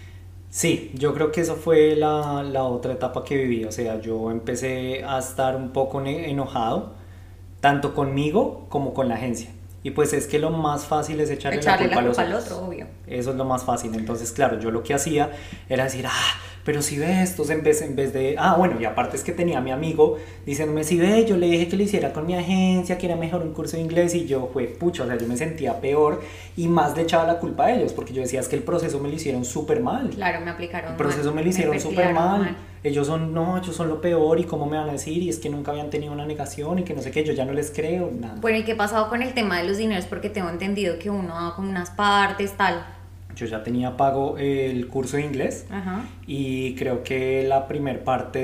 [SPEAKER 2] Sí, yo creo que eso fue la otra etapa que viví, o sea, yo empecé a estar un poco enojado, tanto conmigo como con la agencia. Y pues es que lo más fácil es echarle la
[SPEAKER 1] Echarle
[SPEAKER 2] culpa
[SPEAKER 1] la
[SPEAKER 2] a los
[SPEAKER 1] culpa al otro,
[SPEAKER 2] otros.
[SPEAKER 1] obvio.
[SPEAKER 2] Eso es lo más fácil. Entonces, claro, yo lo que hacía era decir, pero si ve estos en vez de, bueno, y aparte es que tenía a mi amigo diciéndome, si ve, yo le dije que lo hiciera con mi agencia, que era mejor un curso de inglés y yo fue, pucha, o sea, yo me sentía peor y más le echaba la culpa a ellos, porque yo decía, es que el proceso me lo hicieron súper mal.
[SPEAKER 1] Claro, me
[SPEAKER 2] El
[SPEAKER 1] aplicaron
[SPEAKER 2] proceso
[SPEAKER 1] mal,
[SPEAKER 2] me lo
[SPEAKER 1] me
[SPEAKER 2] hicieron súper
[SPEAKER 1] perfilaron
[SPEAKER 2] mal.
[SPEAKER 1] mal.
[SPEAKER 2] Ellos son lo peor y cómo me van a decir y es que nunca habían tenido una negación y que no sé qué, yo ya no les creo, nada.
[SPEAKER 1] Bueno, ¿y qué ha pasado con el tema de los dineros? Porque tengo entendido que uno da como unas partes, tal.
[SPEAKER 2] Yo ya tenía pago el curso de inglés
[SPEAKER 1] Ajá.
[SPEAKER 2] y creo que la primer parte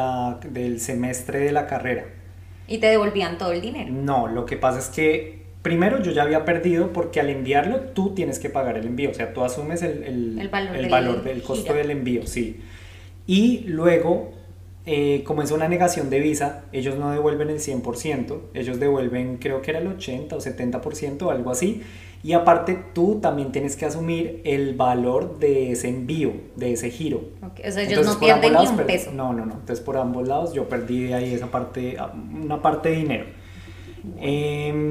[SPEAKER 2] del semestre de la carrera.
[SPEAKER 1] Y te devolvían todo el dinero.
[SPEAKER 2] No, lo que pasa es que primero yo ya había perdido porque al enviarlo tú tienes que pagar el envío, o sea, tú asumes
[SPEAKER 1] El
[SPEAKER 2] el
[SPEAKER 1] valor
[SPEAKER 2] valor
[SPEAKER 1] del
[SPEAKER 2] del costo
[SPEAKER 1] giro.
[SPEAKER 2] del envío, sí. Y luego, como es una negación de visa, ellos no devuelven el 100%, ellos devuelven creo que era el 80 o 70% o algo así. Y aparte tú también tienes que asumir el valor de ese envío, de ese giro.
[SPEAKER 1] Ok, o sea, ellos
[SPEAKER 2] Entonces
[SPEAKER 1] no
[SPEAKER 2] por ambos
[SPEAKER 1] pierden ni
[SPEAKER 2] lados
[SPEAKER 1] un
[SPEAKER 2] perdí.
[SPEAKER 1] peso.
[SPEAKER 2] No, no, no. Entonces por ambos lados yo perdí de ahí esa parte, una parte de dinero.
[SPEAKER 1] Bueno.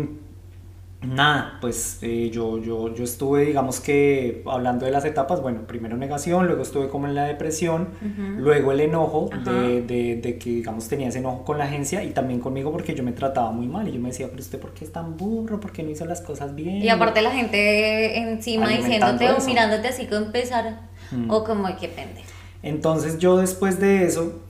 [SPEAKER 2] Nada, pues yo estuve, digamos que hablando de las etapas, bueno, primero negación, luego estuve como en la depresión,
[SPEAKER 1] Ujú.
[SPEAKER 2] luego el enojo
[SPEAKER 1] Ajá.
[SPEAKER 2] de que, digamos, tenía ese enojo con la agencia y también conmigo porque yo me trataba muy mal y yo me decía, pero usted, ¿por qué es tan burro? ¿Por qué no hizo las cosas bien?
[SPEAKER 1] Y aparte la gente encima
[SPEAKER 2] Alimentando
[SPEAKER 1] diciéndote o
[SPEAKER 2] eso.
[SPEAKER 1] mirándote así con pesar.
[SPEAKER 2] Mm.
[SPEAKER 1] O como que pendejo.
[SPEAKER 2] Entonces yo después de eso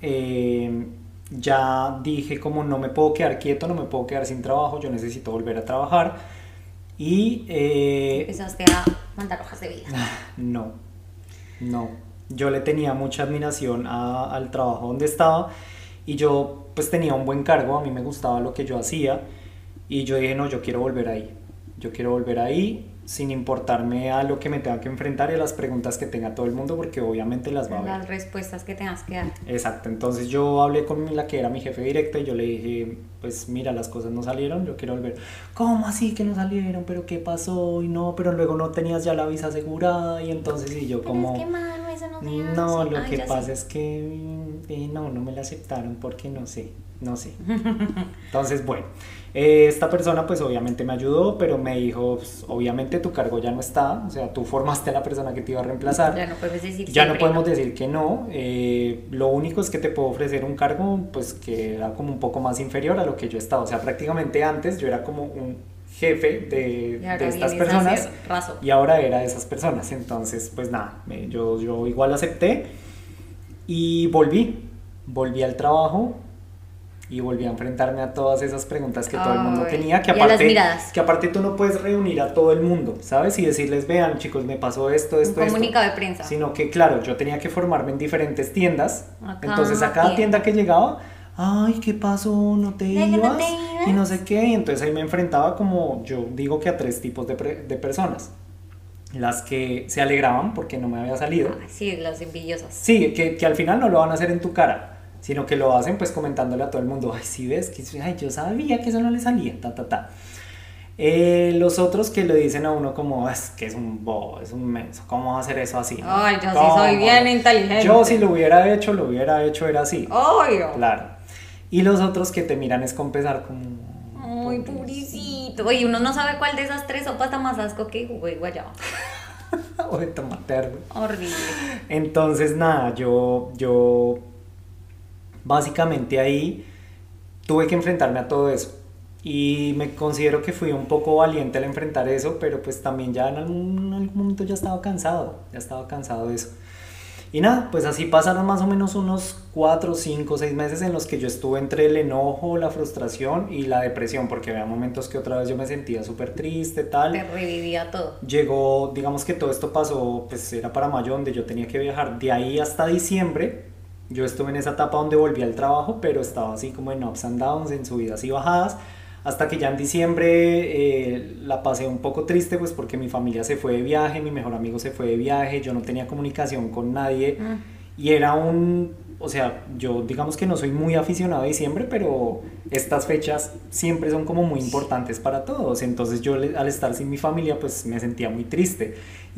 [SPEAKER 2] ya dije como no me puedo quedar quieto, no me puedo quedar sin trabajo, yo necesito volver a trabajar y
[SPEAKER 1] Empezaste a mandar hojas de vida.
[SPEAKER 2] no, no, yo le tenía mucha admiración al trabajo donde estaba y yo pues tenía un buen cargo, a mí me gustaba lo que yo hacía y yo dije no, yo quiero volver ahí, yo quiero volver ahí sin importarme a lo que me tenga que enfrentar y a las preguntas que tenga todo el mundo porque obviamente las va a haber.
[SPEAKER 1] Las respuestas que tengas que dar.
[SPEAKER 2] Exacto, entonces yo hablé con la que era mi jefe directa y yo le dije, pues mira, las cosas no salieron, yo quiero volver. ¿Cómo así que no salieron? ¿Pero qué pasó? Y no, pero luego no tenías ya la visa asegurada y entonces y yo
[SPEAKER 1] Pero
[SPEAKER 2] como...
[SPEAKER 1] es que mano, eso no se
[SPEAKER 2] No,
[SPEAKER 1] hace.
[SPEAKER 2] lo
[SPEAKER 1] Ay,
[SPEAKER 2] que
[SPEAKER 1] ya
[SPEAKER 2] pasa
[SPEAKER 1] sé.
[SPEAKER 2] es que no, no me la aceptaron porque no sé, no sé. Entonces, bueno, esta persona pues obviamente me ayudó, pero me dijo, pues, obviamente tu cargo ya no está, o sea, tú formaste a la persona que te iba a reemplazar.
[SPEAKER 1] Ya no puedes decir
[SPEAKER 2] Ya no
[SPEAKER 1] siempre
[SPEAKER 2] podemos decir que no, lo único es que te puedo ofrecer un cargo pues que era como un poco más inferior a lo que yo estaba, o sea, prácticamente antes yo era como un jefe de estas personas y ahora era de esas personas, entonces pues nada, yo igual acepté y volví al trabajo y volví a enfrentarme a todas esas preguntas que todo el mundo tenía, que aparte tú no puedes reunir a todo el mundo, ¿sabes? Y decirles, vean chicos, me pasó esto,
[SPEAKER 1] un comunicado de prensa.
[SPEAKER 2] Sino que claro, yo tenía que formarme en diferentes tiendas, entonces a cada tienda que llegaba, ay, ¿qué pasó? ¿No te ibas? Y no sé qué, y entonces ahí me enfrentaba como, yo digo que a 3 tipos de personas. Las que se alegraban porque no me había salido.
[SPEAKER 1] Sí, las envidiosas.
[SPEAKER 2] Sí, que al final no lo van a hacer en tu cara, sino que lo hacen pues comentándole a todo el mundo, ay, sí ves, que ay, yo sabía que eso no le salía, los otros que le dicen a uno como, es que es un bobo, es un menso, ¿cómo va a hacer eso así?
[SPEAKER 1] Ay, yo sí soy bien inteligente.
[SPEAKER 2] Yo si lo hubiera hecho, era así.
[SPEAKER 1] Obvio.
[SPEAKER 2] Claro. Y los otros que te miran es con pesar como...
[SPEAKER 1] Ay, pobrecito. Oye, uno no sabe cuál de esas 3 sopas da más asco que jugo de guayaba.
[SPEAKER 2] O de tomate árbol.
[SPEAKER 1] Horrible.
[SPEAKER 2] Entonces, nada, yo básicamente ahí tuve que enfrentarme a todo eso y me considero que fui un poco valiente al enfrentar eso, pero pues también ya en algún momento ya estaba cansado de eso. Y nada, pues así pasaron más o menos unos 4, 5, 6 meses en los que yo estuve entre el enojo, la frustración y la depresión, porque había momentos que otra vez yo me sentía súper triste, tal.
[SPEAKER 1] Te revivía todo.
[SPEAKER 2] Llegó, digamos que todo esto pasó, pues era para mayo donde yo tenía que viajar, de ahí hasta diciembre. Yo estuve en esa etapa donde volví al trabajo, pero estaba así como en ups and downs, en subidas y bajadas, hasta que ya en diciembre la pasé un poco triste, pues porque mi familia se fue de viaje, mi mejor amigo se fue de viaje, yo no tenía comunicación con nadie y era o sea, yo digamos que no soy muy aficionado a diciembre, pero estas fechas siempre son como muy importantes para todos, entonces yo al estar sin mi familia pues me sentía muy triste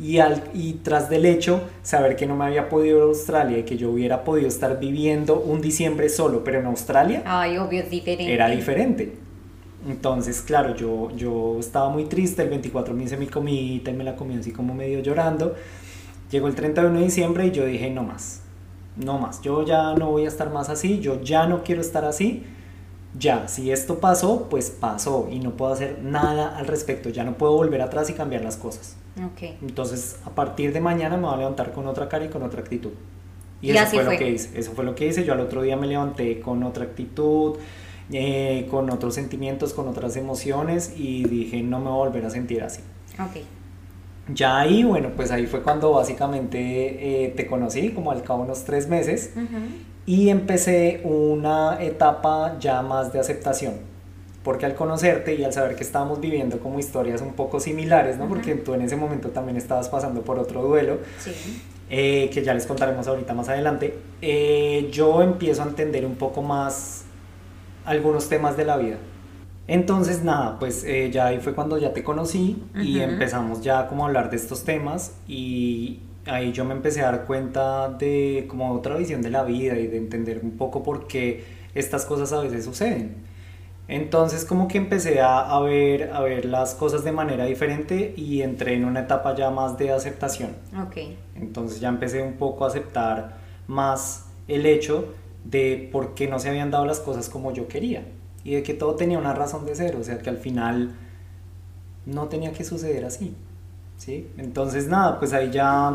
[SPEAKER 2] y tras del hecho, saber que no me había podido ir a Australia y que yo hubiera podido estar viviendo un diciembre solo, pero en Australia,
[SPEAKER 1] ay, obvio, es diferente.
[SPEAKER 2] Era diferente. Entonces, claro, yo estaba muy triste, el 24 me hice mi comidita y me la comí así como medio llorando. Llegó el 31 de diciembre y yo dije, no más, yo ya no voy a estar más así, yo ya no quiero estar así, ya, si esto pasó, pues pasó y no puedo hacer nada al respecto, ya no puedo volver atrás y cambiar las cosas.
[SPEAKER 1] Okay.
[SPEAKER 2] Entonces, a partir de mañana me voy a levantar con otra cara y con otra actitud. Y
[SPEAKER 1] eso
[SPEAKER 2] fue lo que hice, yo al otro día me levanté con otra actitud, con otros sentimientos, con otras emociones y dije no me voy a volver a sentir así.
[SPEAKER 1] Okay.
[SPEAKER 2] Ya ahí, bueno, pues ahí fue cuando básicamente te conocí, como al cabo de unos 3 meses y empecé una etapa ya más de aceptación, porque al conocerte y al saber que estábamos viviendo como historias un poco similares, ¿no? Porque tú en ese momento también estabas pasando por otro duelo,
[SPEAKER 1] sí.
[SPEAKER 2] Que ya les contaremos ahorita más adelante, yo empiezo a entender un poco más algunos temas de la vida. Entonces nada, pues ya ahí fue cuando ya te conocí y empezamos ya como a hablar de estos temas y ahí yo me empecé a dar cuenta de como otra visión de la vida y de entender un poco por qué estas cosas a veces suceden. Entonces como que empecé a ver las cosas de manera diferente y entré en una etapa ya más de aceptación.
[SPEAKER 1] Okay.
[SPEAKER 2] Entonces ya empecé un poco a aceptar más el hecho de por qué no se habían dado las cosas como yo quería y de que todo tenía una razón de ser, o sea que al final no tenía que suceder así, ¿sí? Entonces nada, pues ahí ya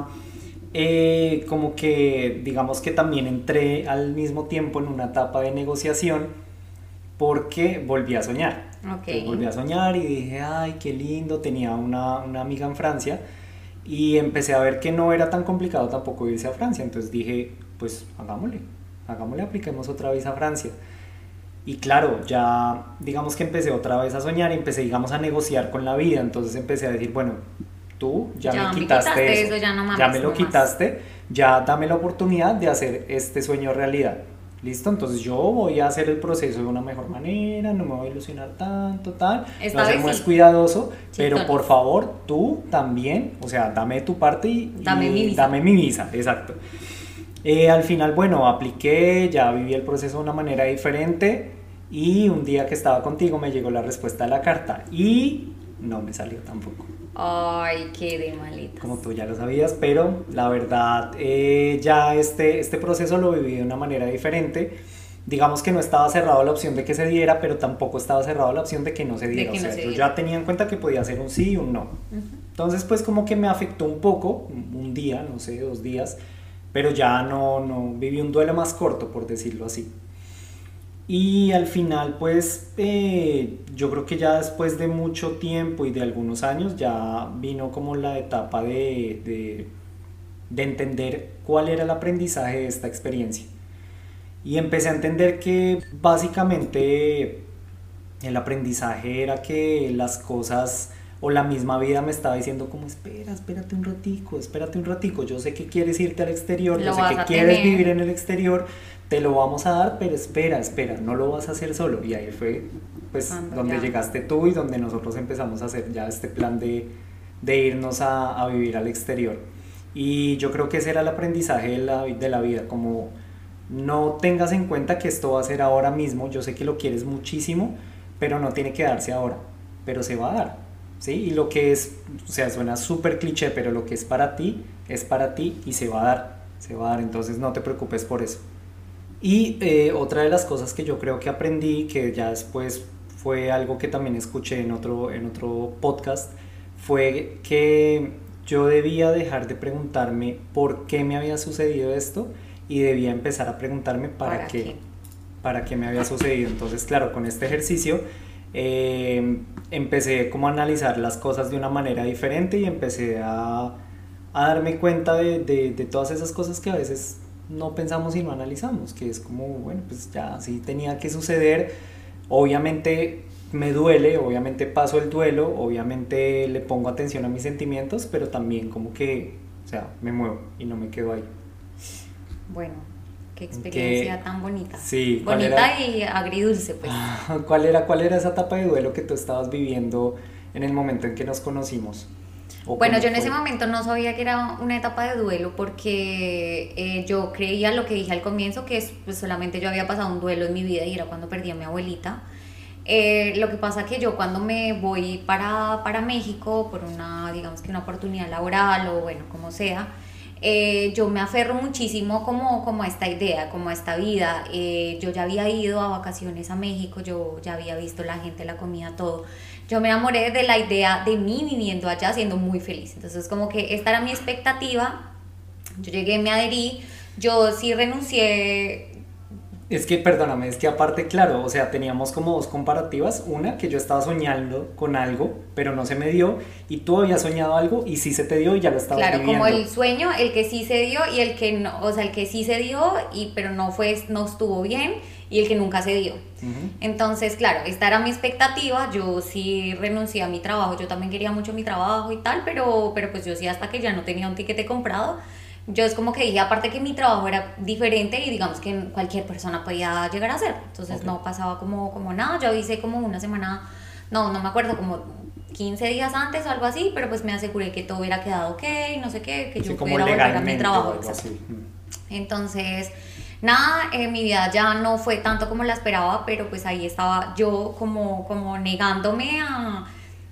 [SPEAKER 2] como que digamos que también entré al mismo tiempo en una etapa de negociación porque volví a soñar.
[SPEAKER 1] Okay.
[SPEAKER 2] Volví a soñar y dije, ay, qué lindo, tenía una amiga en Francia y empecé a ver que no era tan complicado tampoco irse a Francia, entonces dije, pues hagámosle, apliquemos otra vez a Francia. Y claro, ya digamos que empecé otra vez a soñar y empecé, digamos, a negociar con la vida. Entonces empecé a decir, bueno, tú ya me quitaste eso,
[SPEAKER 1] ya no mames,
[SPEAKER 2] ya me lo quitaste, ya dame la oportunidad de hacer este sueño realidad. ¿Listo? Entonces yo voy a hacer el proceso de una mejor manera, no me voy a ilusionar tanto, tal, voy a ser más cuidadoso, pero por favor, tú también, o sea, dame tu parte y dame mi visa, exacto. Al final, bueno, apliqué, ya viví el proceso de una manera diferente y un día que estaba contigo me llegó la respuesta de la carta y no me salió tampoco.
[SPEAKER 1] Ay, qué de maletas.
[SPEAKER 2] Como tú ya lo sabías, pero la verdad ya este proceso lo viví de una manera diferente. Digamos que no estaba cerrado la opción de que se diera, pero tampoco estaba cerrado la opción de que no se diera.
[SPEAKER 1] De que
[SPEAKER 2] O
[SPEAKER 1] no
[SPEAKER 2] sea,
[SPEAKER 1] se
[SPEAKER 2] yo
[SPEAKER 1] diera.
[SPEAKER 2] ya tenía en cuenta que podía ser un sí y un no. Entonces, pues como que me afectó un poco, un día, no sé, 2 días, pero ya no viví un duelo más corto, por decirlo así. Y al final, pues yo creo que ya después de mucho tiempo y de algunos años, ya vino como la etapa de entender cuál era el aprendizaje de esta experiencia. Y empecé a entender que básicamente el aprendizaje era que las cosas o la misma vida me estaba diciendo como espérate un ratico, yo sé que quieres irte al exterior, yo
[SPEAKER 1] Lo
[SPEAKER 2] sé
[SPEAKER 1] vas
[SPEAKER 2] que
[SPEAKER 1] a
[SPEAKER 2] quieres
[SPEAKER 1] tener.
[SPEAKER 2] vivir en el exterior, te lo vamos a dar, pero espera, no lo vas a hacer solo. Y ahí fue pues
[SPEAKER 1] Cuando
[SPEAKER 2] donde
[SPEAKER 1] ya.
[SPEAKER 2] llegaste tú y donde nosotros empezamos a hacer ya este plan de irnos a vivir al exterior. Y yo creo que ese era el aprendizaje de la vida, como no tengas en cuenta que esto va a ser ahora mismo, yo sé que lo quieres muchísimo, pero no tiene que darse ahora, pero se va a dar, ¿sí? Y lo que es, o sea, suena súper cliché, pero lo que es para ti y se va a dar, entonces no te preocupes por eso. Y otra de las cosas que yo creo que aprendí, que ya después fue algo que también escuché en otro podcast, fue que yo debía dejar de preguntarme por qué me había sucedido esto y debía empezar a preguntarme
[SPEAKER 1] ¿Para qué?
[SPEAKER 2] para qué me había sucedido. Entonces, claro, con este ejercicio empecé como a analizar las cosas de una manera diferente y empecé a darme cuenta de todas esas cosas que a veces no pensamos y no analizamos, que es como, bueno, pues ya así tenía que suceder, obviamente me duele, obviamente paso el duelo, obviamente le pongo atención a mis sentimientos, pero también como que, o sea, me muevo y no me quedo ahí.
[SPEAKER 1] Bueno, qué
[SPEAKER 2] Que,
[SPEAKER 1] experiencia tan bonita.
[SPEAKER 2] sí,
[SPEAKER 1] Bonita y agridulce, pues.
[SPEAKER 2] ¿cuál era esa etapa de duelo que tú estabas viviendo en el momento en que nos conocimos? ¿O
[SPEAKER 1] Bueno,
[SPEAKER 2] cómo
[SPEAKER 1] yo en ese
[SPEAKER 2] fue?
[SPEAKER 1] momento no sabía que era una etapa de duelo porque yo creía lo que dije al comienzo, que pues, solamente yo había pasado un duelo en mi vida y era cuando perdí a mi abuelita. Lo que pasa que yo cuando me voy para México por una, digamos que una oportunidad laboral o bueno, como sea, yo me aferro muchísimo como a esta idea, como a esta vida. Yo ya había ido a vacaciones a México, yo ya había visto la gente, la comida, todo. Yo me enamoré de la idea de mí viviendo allá, siendo muy feliz. Entonces, como que esta era mi expectativa. Yo llegué, me adherí. Yo sí renuncié.
[SPEAKER 2] Es que, perdóname, es que aparte, claro, o sea, teníamos como dos comparativas. Una, que yo estaba soñando con algo, pero no se me dio, y tú habías soñado algo y sí se te dio y ya lo estabas
[SPEAKER 1] Claro, como
[SPEAKER 2] viviendo.
[SPEAKER 1] el sueño, el que sí se dio y el que no, o sea, el que sí se dio y pero no fue, no estuvo bien y el que nunca se dio.
[SPEAKER 2] Ujú.
[SPEAKER 1] Entonces, claro, esta era mi expectativa, yo sí renuncié a mi trabajo, yo también quería mucho mi trabajo y tal, pero pues yo sí hasta que ya no tenía un tiquete comprado, yo es como que dije, aparte que mi trabajo era diferente y digamos que cualquier persona podía llegar a hacerlo, entonces
[SPEAKER 2] Ok.
[SPEAKER 1] no pasaba como nada, yo hice como una semana, no me acuerdo, como 15 días antes o algo así, pero pues me aseguré que todo hubiera quedado ok, no sé qué, que
[SPEAKER 2] Sí,
[SPEAKER 1] yo
[SPEAKER 2] como
[SPEAKER 1] pudiera volver a mi
[SPEAKER 2] legalmente o
[SPEAKER 1] trabajo,
[SPEAKER 2] algo
[SPEAKER 1] exacto.
[SPEAKER 2] así.
[SPEAKER 1] Entonces, nada, mi vida ya no fue tanto como la esperaba, pero pues ahí estaba yo como negándome a...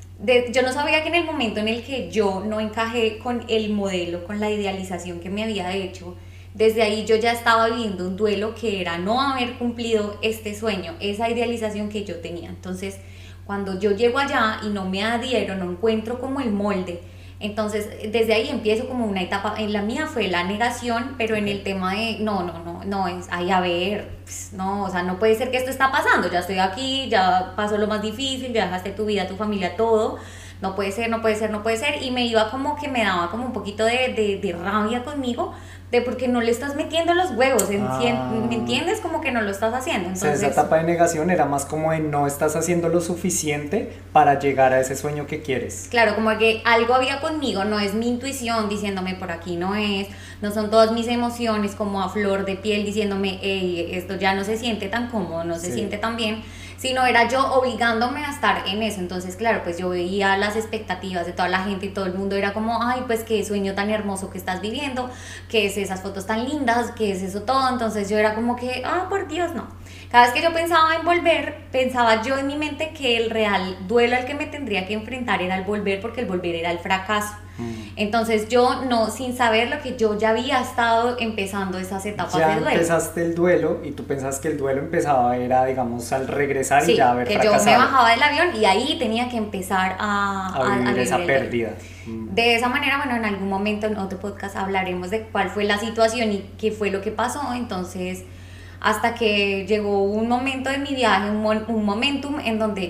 [SPEAKER 1] yo no sabía que en el momento en el que yo no encajé con el modelo, con la idealización que me había hecho, desde ahí yo ya estaba viviendo un duelo que era no haber cumplido este sueño, esa idealización que yo tenía. Entonces, cuando yo llego allá y no me adhiero, no encuentro como el molde, entonces desde ahí empiezo como una etapa, en la mía fue la negación, pero en
[SPEAKER 2] Ok.
[SPEAKER 1] el tema de no, es, ay, a ver, pues, no, o sea, no puede ser que esto está pasando, ya estoy aquí, ya pasó lo más difícil, ya dejaste tu vida, tu familia, todo, no puede ser, no puede ser, no puede ser, y me iba como que me daba como un poquito de rabia conmigo, de porque no le estás metiendo los huevos, ¿me
[SPEAKER 2] Ah,
[SPEAKER 1] entiendes? Como que no lo estás haciendo,
[SPEAKER 2] o sea, esa
[SPEAKER 1] entonces...
[SPEAKER 2] etapa de negación era más como de no estás haciendo lo suficiente para llegar a ese sueño que quieres.
[SPEAKER 1] Claro, como que algo había conmigo, no es mi intuición diciéndome por aquí no es, no son todas mis emociones como a flor de piel diciéndome, hey, esto ya no se siente tan cómodo, no se
[SPEAKER 2] Sí.
[SPEAKER 1] siente tan bien, sino era yo obligándome a estar en eso. Entonces, claro, pues yo veía las expectativas de toda la gente y todo el mundo era como, ay, pues qué sueño tan hermoso que estás viviendo, qué es esas fotos tan lindas, qué es eso todo. Entonces yo era como que, ah, por Dios, no. Cada vez que yo pensaba en volver, pensaba yo en mi mente que el real duelo al que me tendría que enfrentar era el volver, porque el volver era el fracaso. Entonces yo no, sin saber lo que yo ya había estado empezando esas etapas de duelo.
[SPEAKER 2] Ya empezaste el duelo y tú pensás que el duelo empezaba, era digamos al regresar
[SPEAKER 1] sí,
[SPEAKER 2] y ya haber
[SPEAKER 1] que
[SPEAKER 2] fracasado.
[SPEAKER 1] yo me bajaba del avión y ahí tenía que empezar
[SPEAKER 2] a vivir esa pérdida.
[SPEAKER 1] De esa manera, bueno, en algún momento en otro podcast hablaremos de cuál fue la situación y qué fue lo que pasó. Entonces, hasta que llegó un momento de mi viaje, un momentum en donde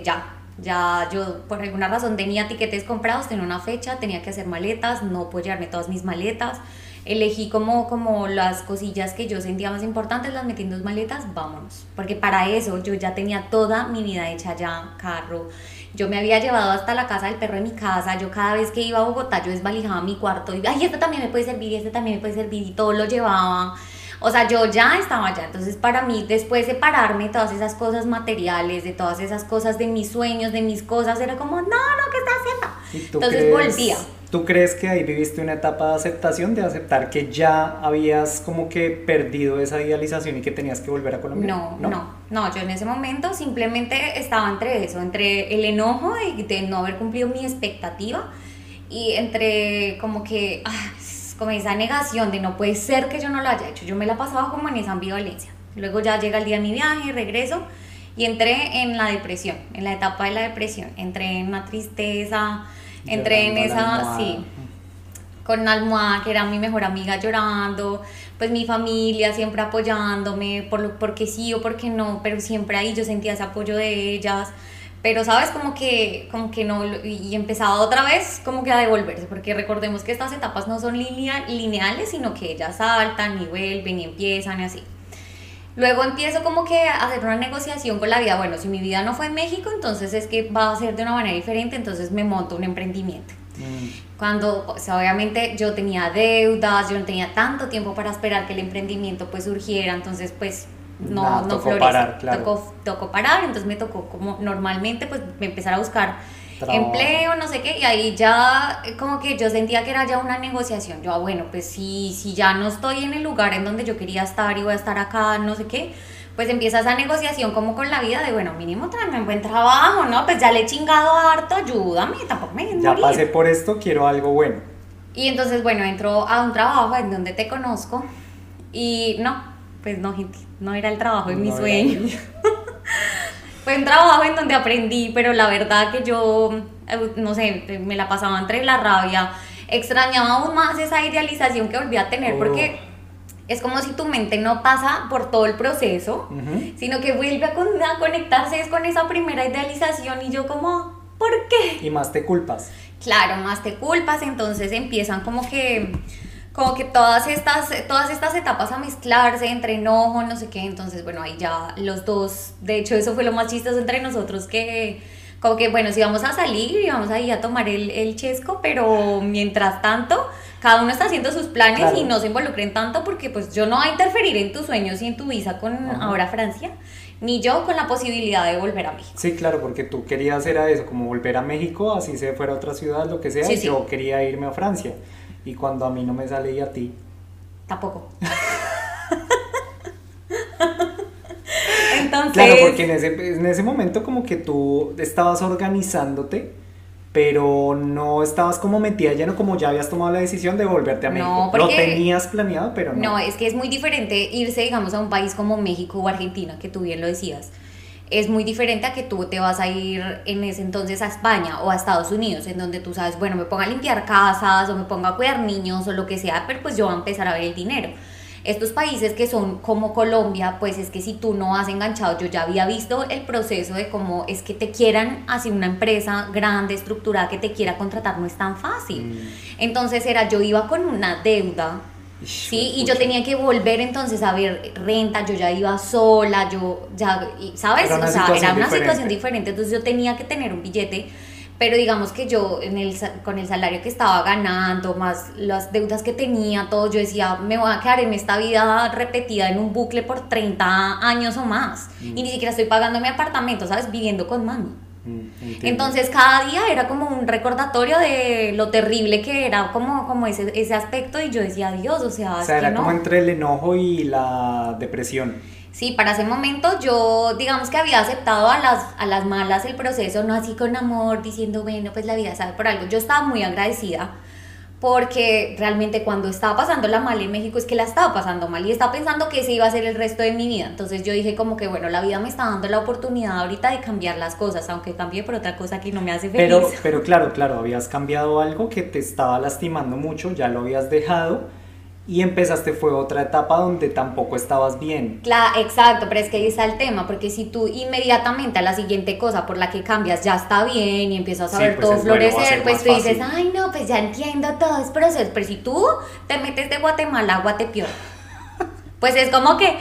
[SPEAKER 1] ya yo por alguna razón tenía tiquetes comprados, tenía una fecha, tenía que hacer maletas, no puedo llevarme todas mis maletas, elegí como las cosillas que yo sentía más importantes, las metí en 2 maletas, vámonos, porque para eso yo ya tenía toda mi vida hecha ya, carro, yo me había llevado hasta la casa del perro de mi casa, yo cada vez que iba a Bogotá yo desvalijaba mi cuarto y, ay, esto también me puede servir, y este también me puede servir, y todo lo llevaba. O sea, yo ya estaba allá, entonces para mí después de separarme de todas esas cosas materiales, de todas esas cosas de mis sueños, de mis cosas, era como, no, ¿qué estás haciendo? Entonces volvía.
[SPEAKER 2] ¿Tú crees que ahí viviste una etapa de aceptación, de aceptar que ya habías como que perdido esa idealización y que tenías que volver a Colombia?
[SPEAKER 1] No, yo en ese momento simplemente estaba entre eso, entre el enojo de no haber cumplido mi expectativa y entre como que... como esa negación de no puede ser que yo no lo haya hecho. Yo me la pasaba como en esa ambivalencia. Luego ya llega el día de mi viaje, regreso y entré en la depresión, en la etapa de la depresión. Entré en una tristeza, entré en esa, sí, con una almohada que era mi mejor amiga llorando, pues mi familia siempre apoyándome, porque sí o porque no, pero siempre ahí yo sentía ese apoyo de ellas. Pero, ¿sabes? Como que no, y empezaba otra vez como que a devolverse, porque recordemos que estas etapas no son lineales, sino que ellas saltan y vuelven y empiezan y así. Luego empiezo como que a hacer una negociación con la vida. Bueno, si mi vida no fue en México, entonces es que va a ser de una manera diferente, entonces me monto un emprendimiento. Cuando, pues, obviamente yo tenía deudas, yo no tenía tanto tiempo para esperar que el emprendimiento pues surgiera, entonces pues... no
[SPEAKER 2] tocó parar, claro.
[SPEAKER 1] Tocó parar, entonces me tocó como normalmente pues empezar a buscar empleo, no sé qué, y ahí ya como que yo sentía que era ya una negociación. Yo, bueno, pues si ya no estoy en el lugar en donde yo quería estar y voy a estar acá, no sé qué, pues empieza esa negociación como con la vida de, bueno, mínimo tráeme un buen trabajo, ¿no? Pues ya le he chingado harto, ayúdame, tampoco me
[SPEAKER 2] ya morir. Pasé por esto, quiero algo bueno.
[SPEAKER 1] Y entonces, bueno, entro a un trabajo en donde te conozco y pues no, gente, no era el trabajo de mis sueños. Fue un trabajo en donde aprendí, pero la verdad que yo, no sé, me la pasaba entre la rabia, extrañaba aún más esa idealización que volví a tener, porque es como si tu mente no pasa por todo el proceso, sino que vuelve a conectarse es con esa primera idealización y yo como, ¿por qué?
[SPEAKER 2] Y más te culpas.
[SPEAKER 1] Claro, más te culpas, entonces empiezan como que todas estas etapas a mezclarse entre enojo, no sé qué. Entonces, bueno, ahí ya los dos, de hecho eso fue lo más chistoso entre nosotros, que como que, bueno, sí vamos a salir y vamos a ir a tomar el chesco, pero mientras tanto cada uno está haciendo sus planes, claro, y no se involucren tanto, porque pues yo no voy a interferir en tus sueños y en tu visa con ahora Francia, ni yo con la posibilidad de volver a México.
[SPEAKER 2] Sí, claro, porque tú querías era eso, como volver a México, así se fuera a otra ciudad, lo que sea, sí, y yo quería irme a Francia. Y cuando a mí no me sale y a ti...
[SPEAKER 1] Tampoco. Entonces...
[SPEAKER 2] Claro, porque en ese momento como que tú estabas organizándote, pero no estabas como metida lleno, como ya habías tomado la decisión de volverte a México. No, porque... Lo tenías planeado, pero no.
[SPEAKER 1] No, es que es muy diferente irse, digamos, a un país como México o Argentina, que tú bien lo decías. Es muy diferente a que tú te vas a ir en ese entonces a España o a Estados Unidos, en donde tú sabes, bueno, me pongo a limpiar casas o me pongo a cuidar niños o lo que sea, pero pues yo voy a empezar a ver el dinero. Estos países que son como Colombia, pues es que si tú no has enganchado, yo ya había visto el proceso de cómo es que te quieran, así una empresa grande, estructurada, que te quiera contratar, no es tan fácil. Entonces yo iba con una deuda, sí, y yo tenía que volver entonces a ver renta, yo ya iba sola, yo ya, ¿sabes? O sea, era una situación diferente, entonces yo tenía que tener un billete, pero digamos que yo con el salario que estaba ganando, más las deudas que tenía, todo, yo decía, me voy a quedar en esta vida repetida en un bucle por 30 años o más, y ni siquiera estoy pagando mi apartamento, ¿sabes? Viviendo con mami. Entonces cada día era como un recordatorio de lo terrible que era como ese aspecto, y yo decía, Dios, o sea, es
[SPEAKER 2] era
[SPEAKER 1] que
[SPEAKER 2] como
[SPEAKER 1] no.
[SPEAKER 2] entre el enojo y la depresión.
[SPEAKER 1] Sí, para ese momento yo, digamos que había aceptado a las malas el proceso, no así con amor, diciendo, bueno, pues la vida sabe por algo. Yo estaba muy agradecida porque realmente cuando estaba pasándola mal en México es que la estaba pasando mal y estaba pensando que ese iba a ser el resto de mi vida. Entonces yo dije como que, bueno, la vida me está dando la oportunidad ahorita de cambiar las cosas, aunque cambie por otra cosa que no me hace feliz.
[SPEAKER 2] Pero claro, habías cambiado algo que te estaba lastimando mucho, ya lo habías dejado. Y empezaste fue otra etapa donde tampoco estabas bien.
[SPEAKER 1] Claro, exacto, pero es que ahí está el tema, porque si tú inmediatamente a la siguiente cosa por la que cambias ya está bien y empiezas a ver
[SPEAKER 2] pues
[SPEAKER 1] todo florecer, pues tú dices,
[SPEAKER 2] fácil.
[SPEAKER 1] ay no, pues ya entiendo todo es proceso, pero si tú te metes de Guatemala a Guatepeor, pues es como que, Dios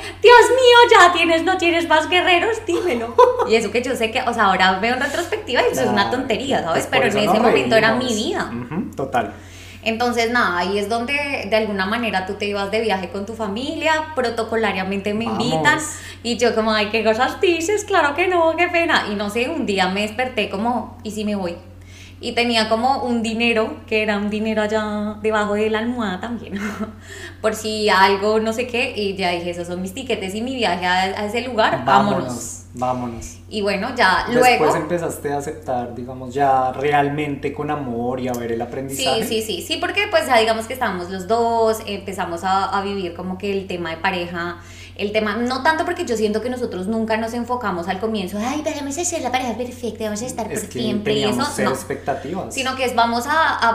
[SPEAKER 1] mío, no tienes más guerreros, dímelo. Y eso que yo sé que, o sea, ahora veo en retrospectiva y eso es una tontería, ¿sabes?
[SPEAKER 2] Pues
[SPEAKER 1] pero en ese momento era mi vida.
[SPEAKER 2] Total.
[SPEAKER 1] Entonces, nada, ahí es donde de alguna manera tú te ibas de viaje con tu familia, protocolariamente me invitan y yo como, ay, qué cosas dices, claro que no, qué pena. Y no sé, un día me desperté como, ¿y si me voy? Y tenía como un dinero, que era un dinero allá debajo de la almohada también, por si algo, no sé qué, y ya dije, esos son mis tiquetes y mi viaje a ese lugar,
[SPEAKER 2] Vámonos.
[SPEAKER 1] Y bueno, ya
[SPEAKER 2] Después
[SPEAKER 1] luego...
[SPEAKER 2] empezaste a aceptar, digamos, ya realmente con amor y a ver el aprendizaje.
[SPEAKER 1] Sí, porque pues ya digamos que estábamos los dos, empezamos a vivir como que el tema de pareja, el tema, no tanto porque yo siento que nosotros nunca nos enfocamos al comienzo, ay, vamos a ser la pareja perfecta, vamos a estar por siempre y eso,
[SPEAKER 2] no, expectativas.
[SPEAKER 1] Sino que es vamos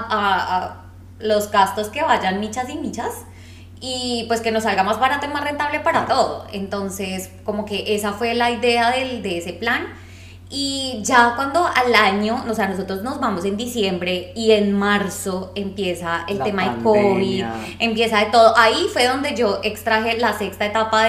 [SPEAKER 1] a los gastos que vayan michas y michas, y pues que nos salga más barato y más rentable para todo. Entonces como que esa fue la idea de ese plan. Y ya cuando al año, o sea, nosotros nos vamos en diciembre y en marzo empieza el tema de COVID, empieza de todo. Ahí fue donde yo extraje la sexta etapa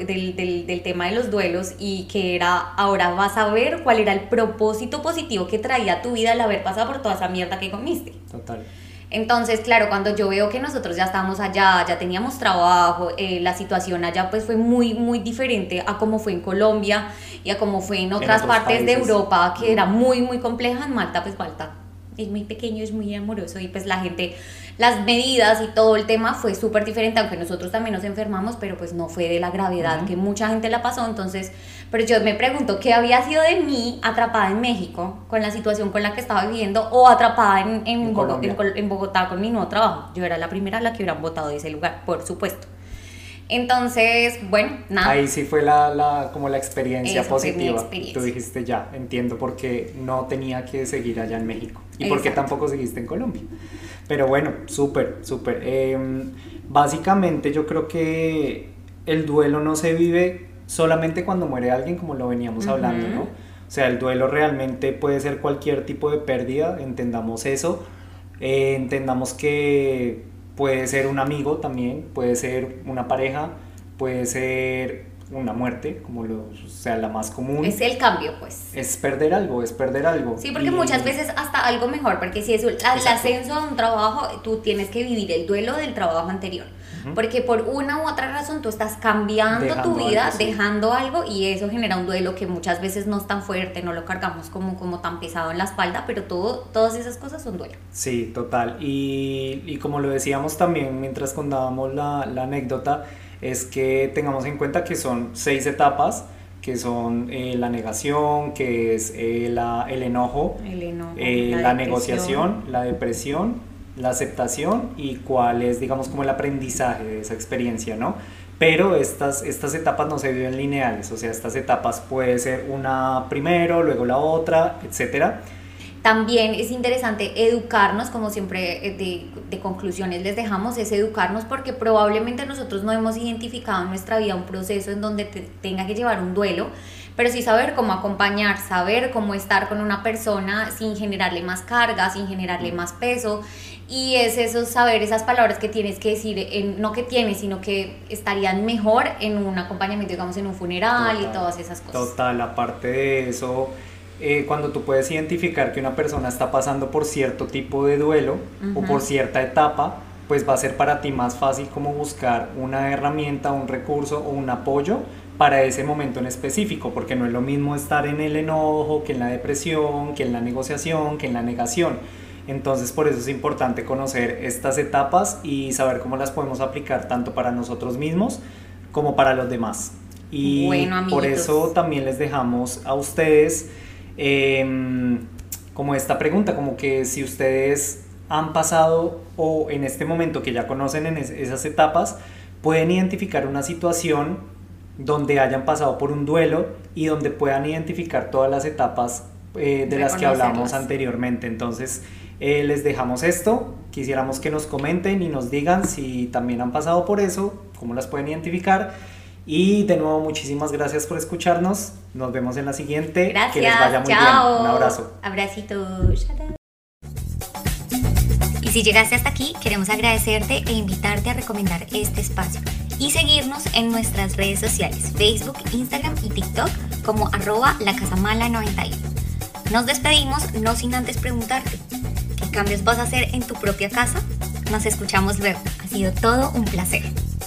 [SPEAKER 1] del tema de los duelos, y que era, ahora vas a ver cuál era el propósito positivo que traía tu vida al haber pasado por toda esa mierda que comiste.
[SPEAKER 2] Total.
[SPEAKER 1] Entonces, claro, cuando yo veo que nosotros ya estábamos allá, ya teníamos trabajo, la situación allá pues fue muy, muy diferente a como fue en Colombia y a como fue en otras partes de Europa, que era muy, muy compleja. En Malta, pues Malta es muy pequeño, es muy amoroso, y pues la gente, las medidas y todo el tema fue súper diferente, aunque nosotros también nos enfermamos, pero pues no fue de la gravedad que mucha gente la pasó. Entonces, pero yo me pregunto qué había sido de mí atrapada en México con la situación con la que estaba viviendo, o atrapada en Bogotá con mi nuevo trabajo. Yo era la primera a la que hubieran votado de ese lugar, por supuesto. Entonces, bueno, nada.
[SPEAKER 2] Ahí sí fue como la experiencia positiva. Tú dijiste, ya, entiendo por qué no tenía que seguir allá en México y por qué tampoco seguiste en Colombia. Pero bueno, súper. Básicamente yo creo que el duelo no se vive solamente cuando muere alguien, como lo veníamos hablando, ¿no? O sea, el duelo realmente puede ser cualquier tipo de pérdida, entendamos eso. Entendamos que puede ser un amigo también, puede ser una pareja, puede ser una muerte, o sea, la más común.
[SPEAKER 1] Es el cambio, pues.
[SPEAKER 2] Es perder algo.
[SPEAKER 1] Sí, porque muchas veces hasta algo mejor, porque si es el ascenso a un trabajo, tú tienes que vivir el duelo del trabajo anterior. Porque por una u otra razón tú estás cambiando tu vida, dejando algo, y eso genera un duelo que muchas veces no es tan fuerte, no lo cargamos como tan pesado en la espalda, pero todas esas cosas son duelo.
[SPEAKER 2] Sí, total. Y como lo decíamos también mientras contábamos la anécdota, es que tengamos en cuenta que son 6 etapas, que son la negación, que es el enojo, la negociación, la depresión, la aceptación, y cuál es, digamos, como el aprendizaje de esa experiencia, ¿no? Pero estas etapas no se viven lineales, o sea, estas etapas puede ser una primero, luego la otra, etcétera.
[SPEAKER 1] También es interesante educarnos, como siempre de conclusiones les dejamos, es educarnos, porque probablemente nosotros no hemos identificado en nuestra vida un proceso en donde tenga que llevar un duelo, pero sí saber cómo acompañar, saber cómo estar con una persona sin generarle más carga, sin generarle más peso. Y es eso, saber esas palabras que tienes que decir, no que tienes, sino que estarían mejor en un acompañamiento, digamos, en un funeral. Total, y todas esas cosas.
[SPEAKER 2] Total, aparte de eso, cuando tú puedes identificar que una persona está pasando por cierto tipo de duelo o por cierta etapa, pues va a ser para ti más fácil como buscar una herramienta, un recurso o un apoyo para ese momento en específico, porque no es lo mismo estar en el enojo que en la depresión, que en la negociación, que en la negación. Entonces por eso es importante conocer estas etapas y saber cómo las podemos aplicar tanto para nosotros mismos como para los demás. Y
[SPEAKER 1] bueno,
[SPEAKER 2] por eso también les dejamos a ustedes como esta pregunta, como que si ustedes han pasado o en este momento que ya conocen en esas etapas, pueden identificar una situación donde hayan pasado por un duelo y donde puedan identificar todas las etapas de las que hablamos anteriormente. Entonces les dejamos esto, quisiéramos que nos comenten y nos digan si también han pasado por eso, cómo las pueden identificar. Y de nuevo muchísimas gracias por escucharnos, nos vemos en la siguiente.
[SPEAKER 1] Gracias,
[SPEAKER 2] que les vaya muy
[SPEAKER 1] chao.
[SPEAKER 2] bien, un abrazo.
[SPEAKER 1] Abracitos. Y si llegaste hasta aquí, queremos agradecerte e invitarte a recomendar este espacio y seguirnos en nuestras redes sociales, Facebook, Instagram y TikTok como @lacasamala91. Nos despedimos, no sin antes preguntarte, ¿qué cambios vas a hacer en tu propia casa? Nos escuchamos luego, ha sido todo un placer.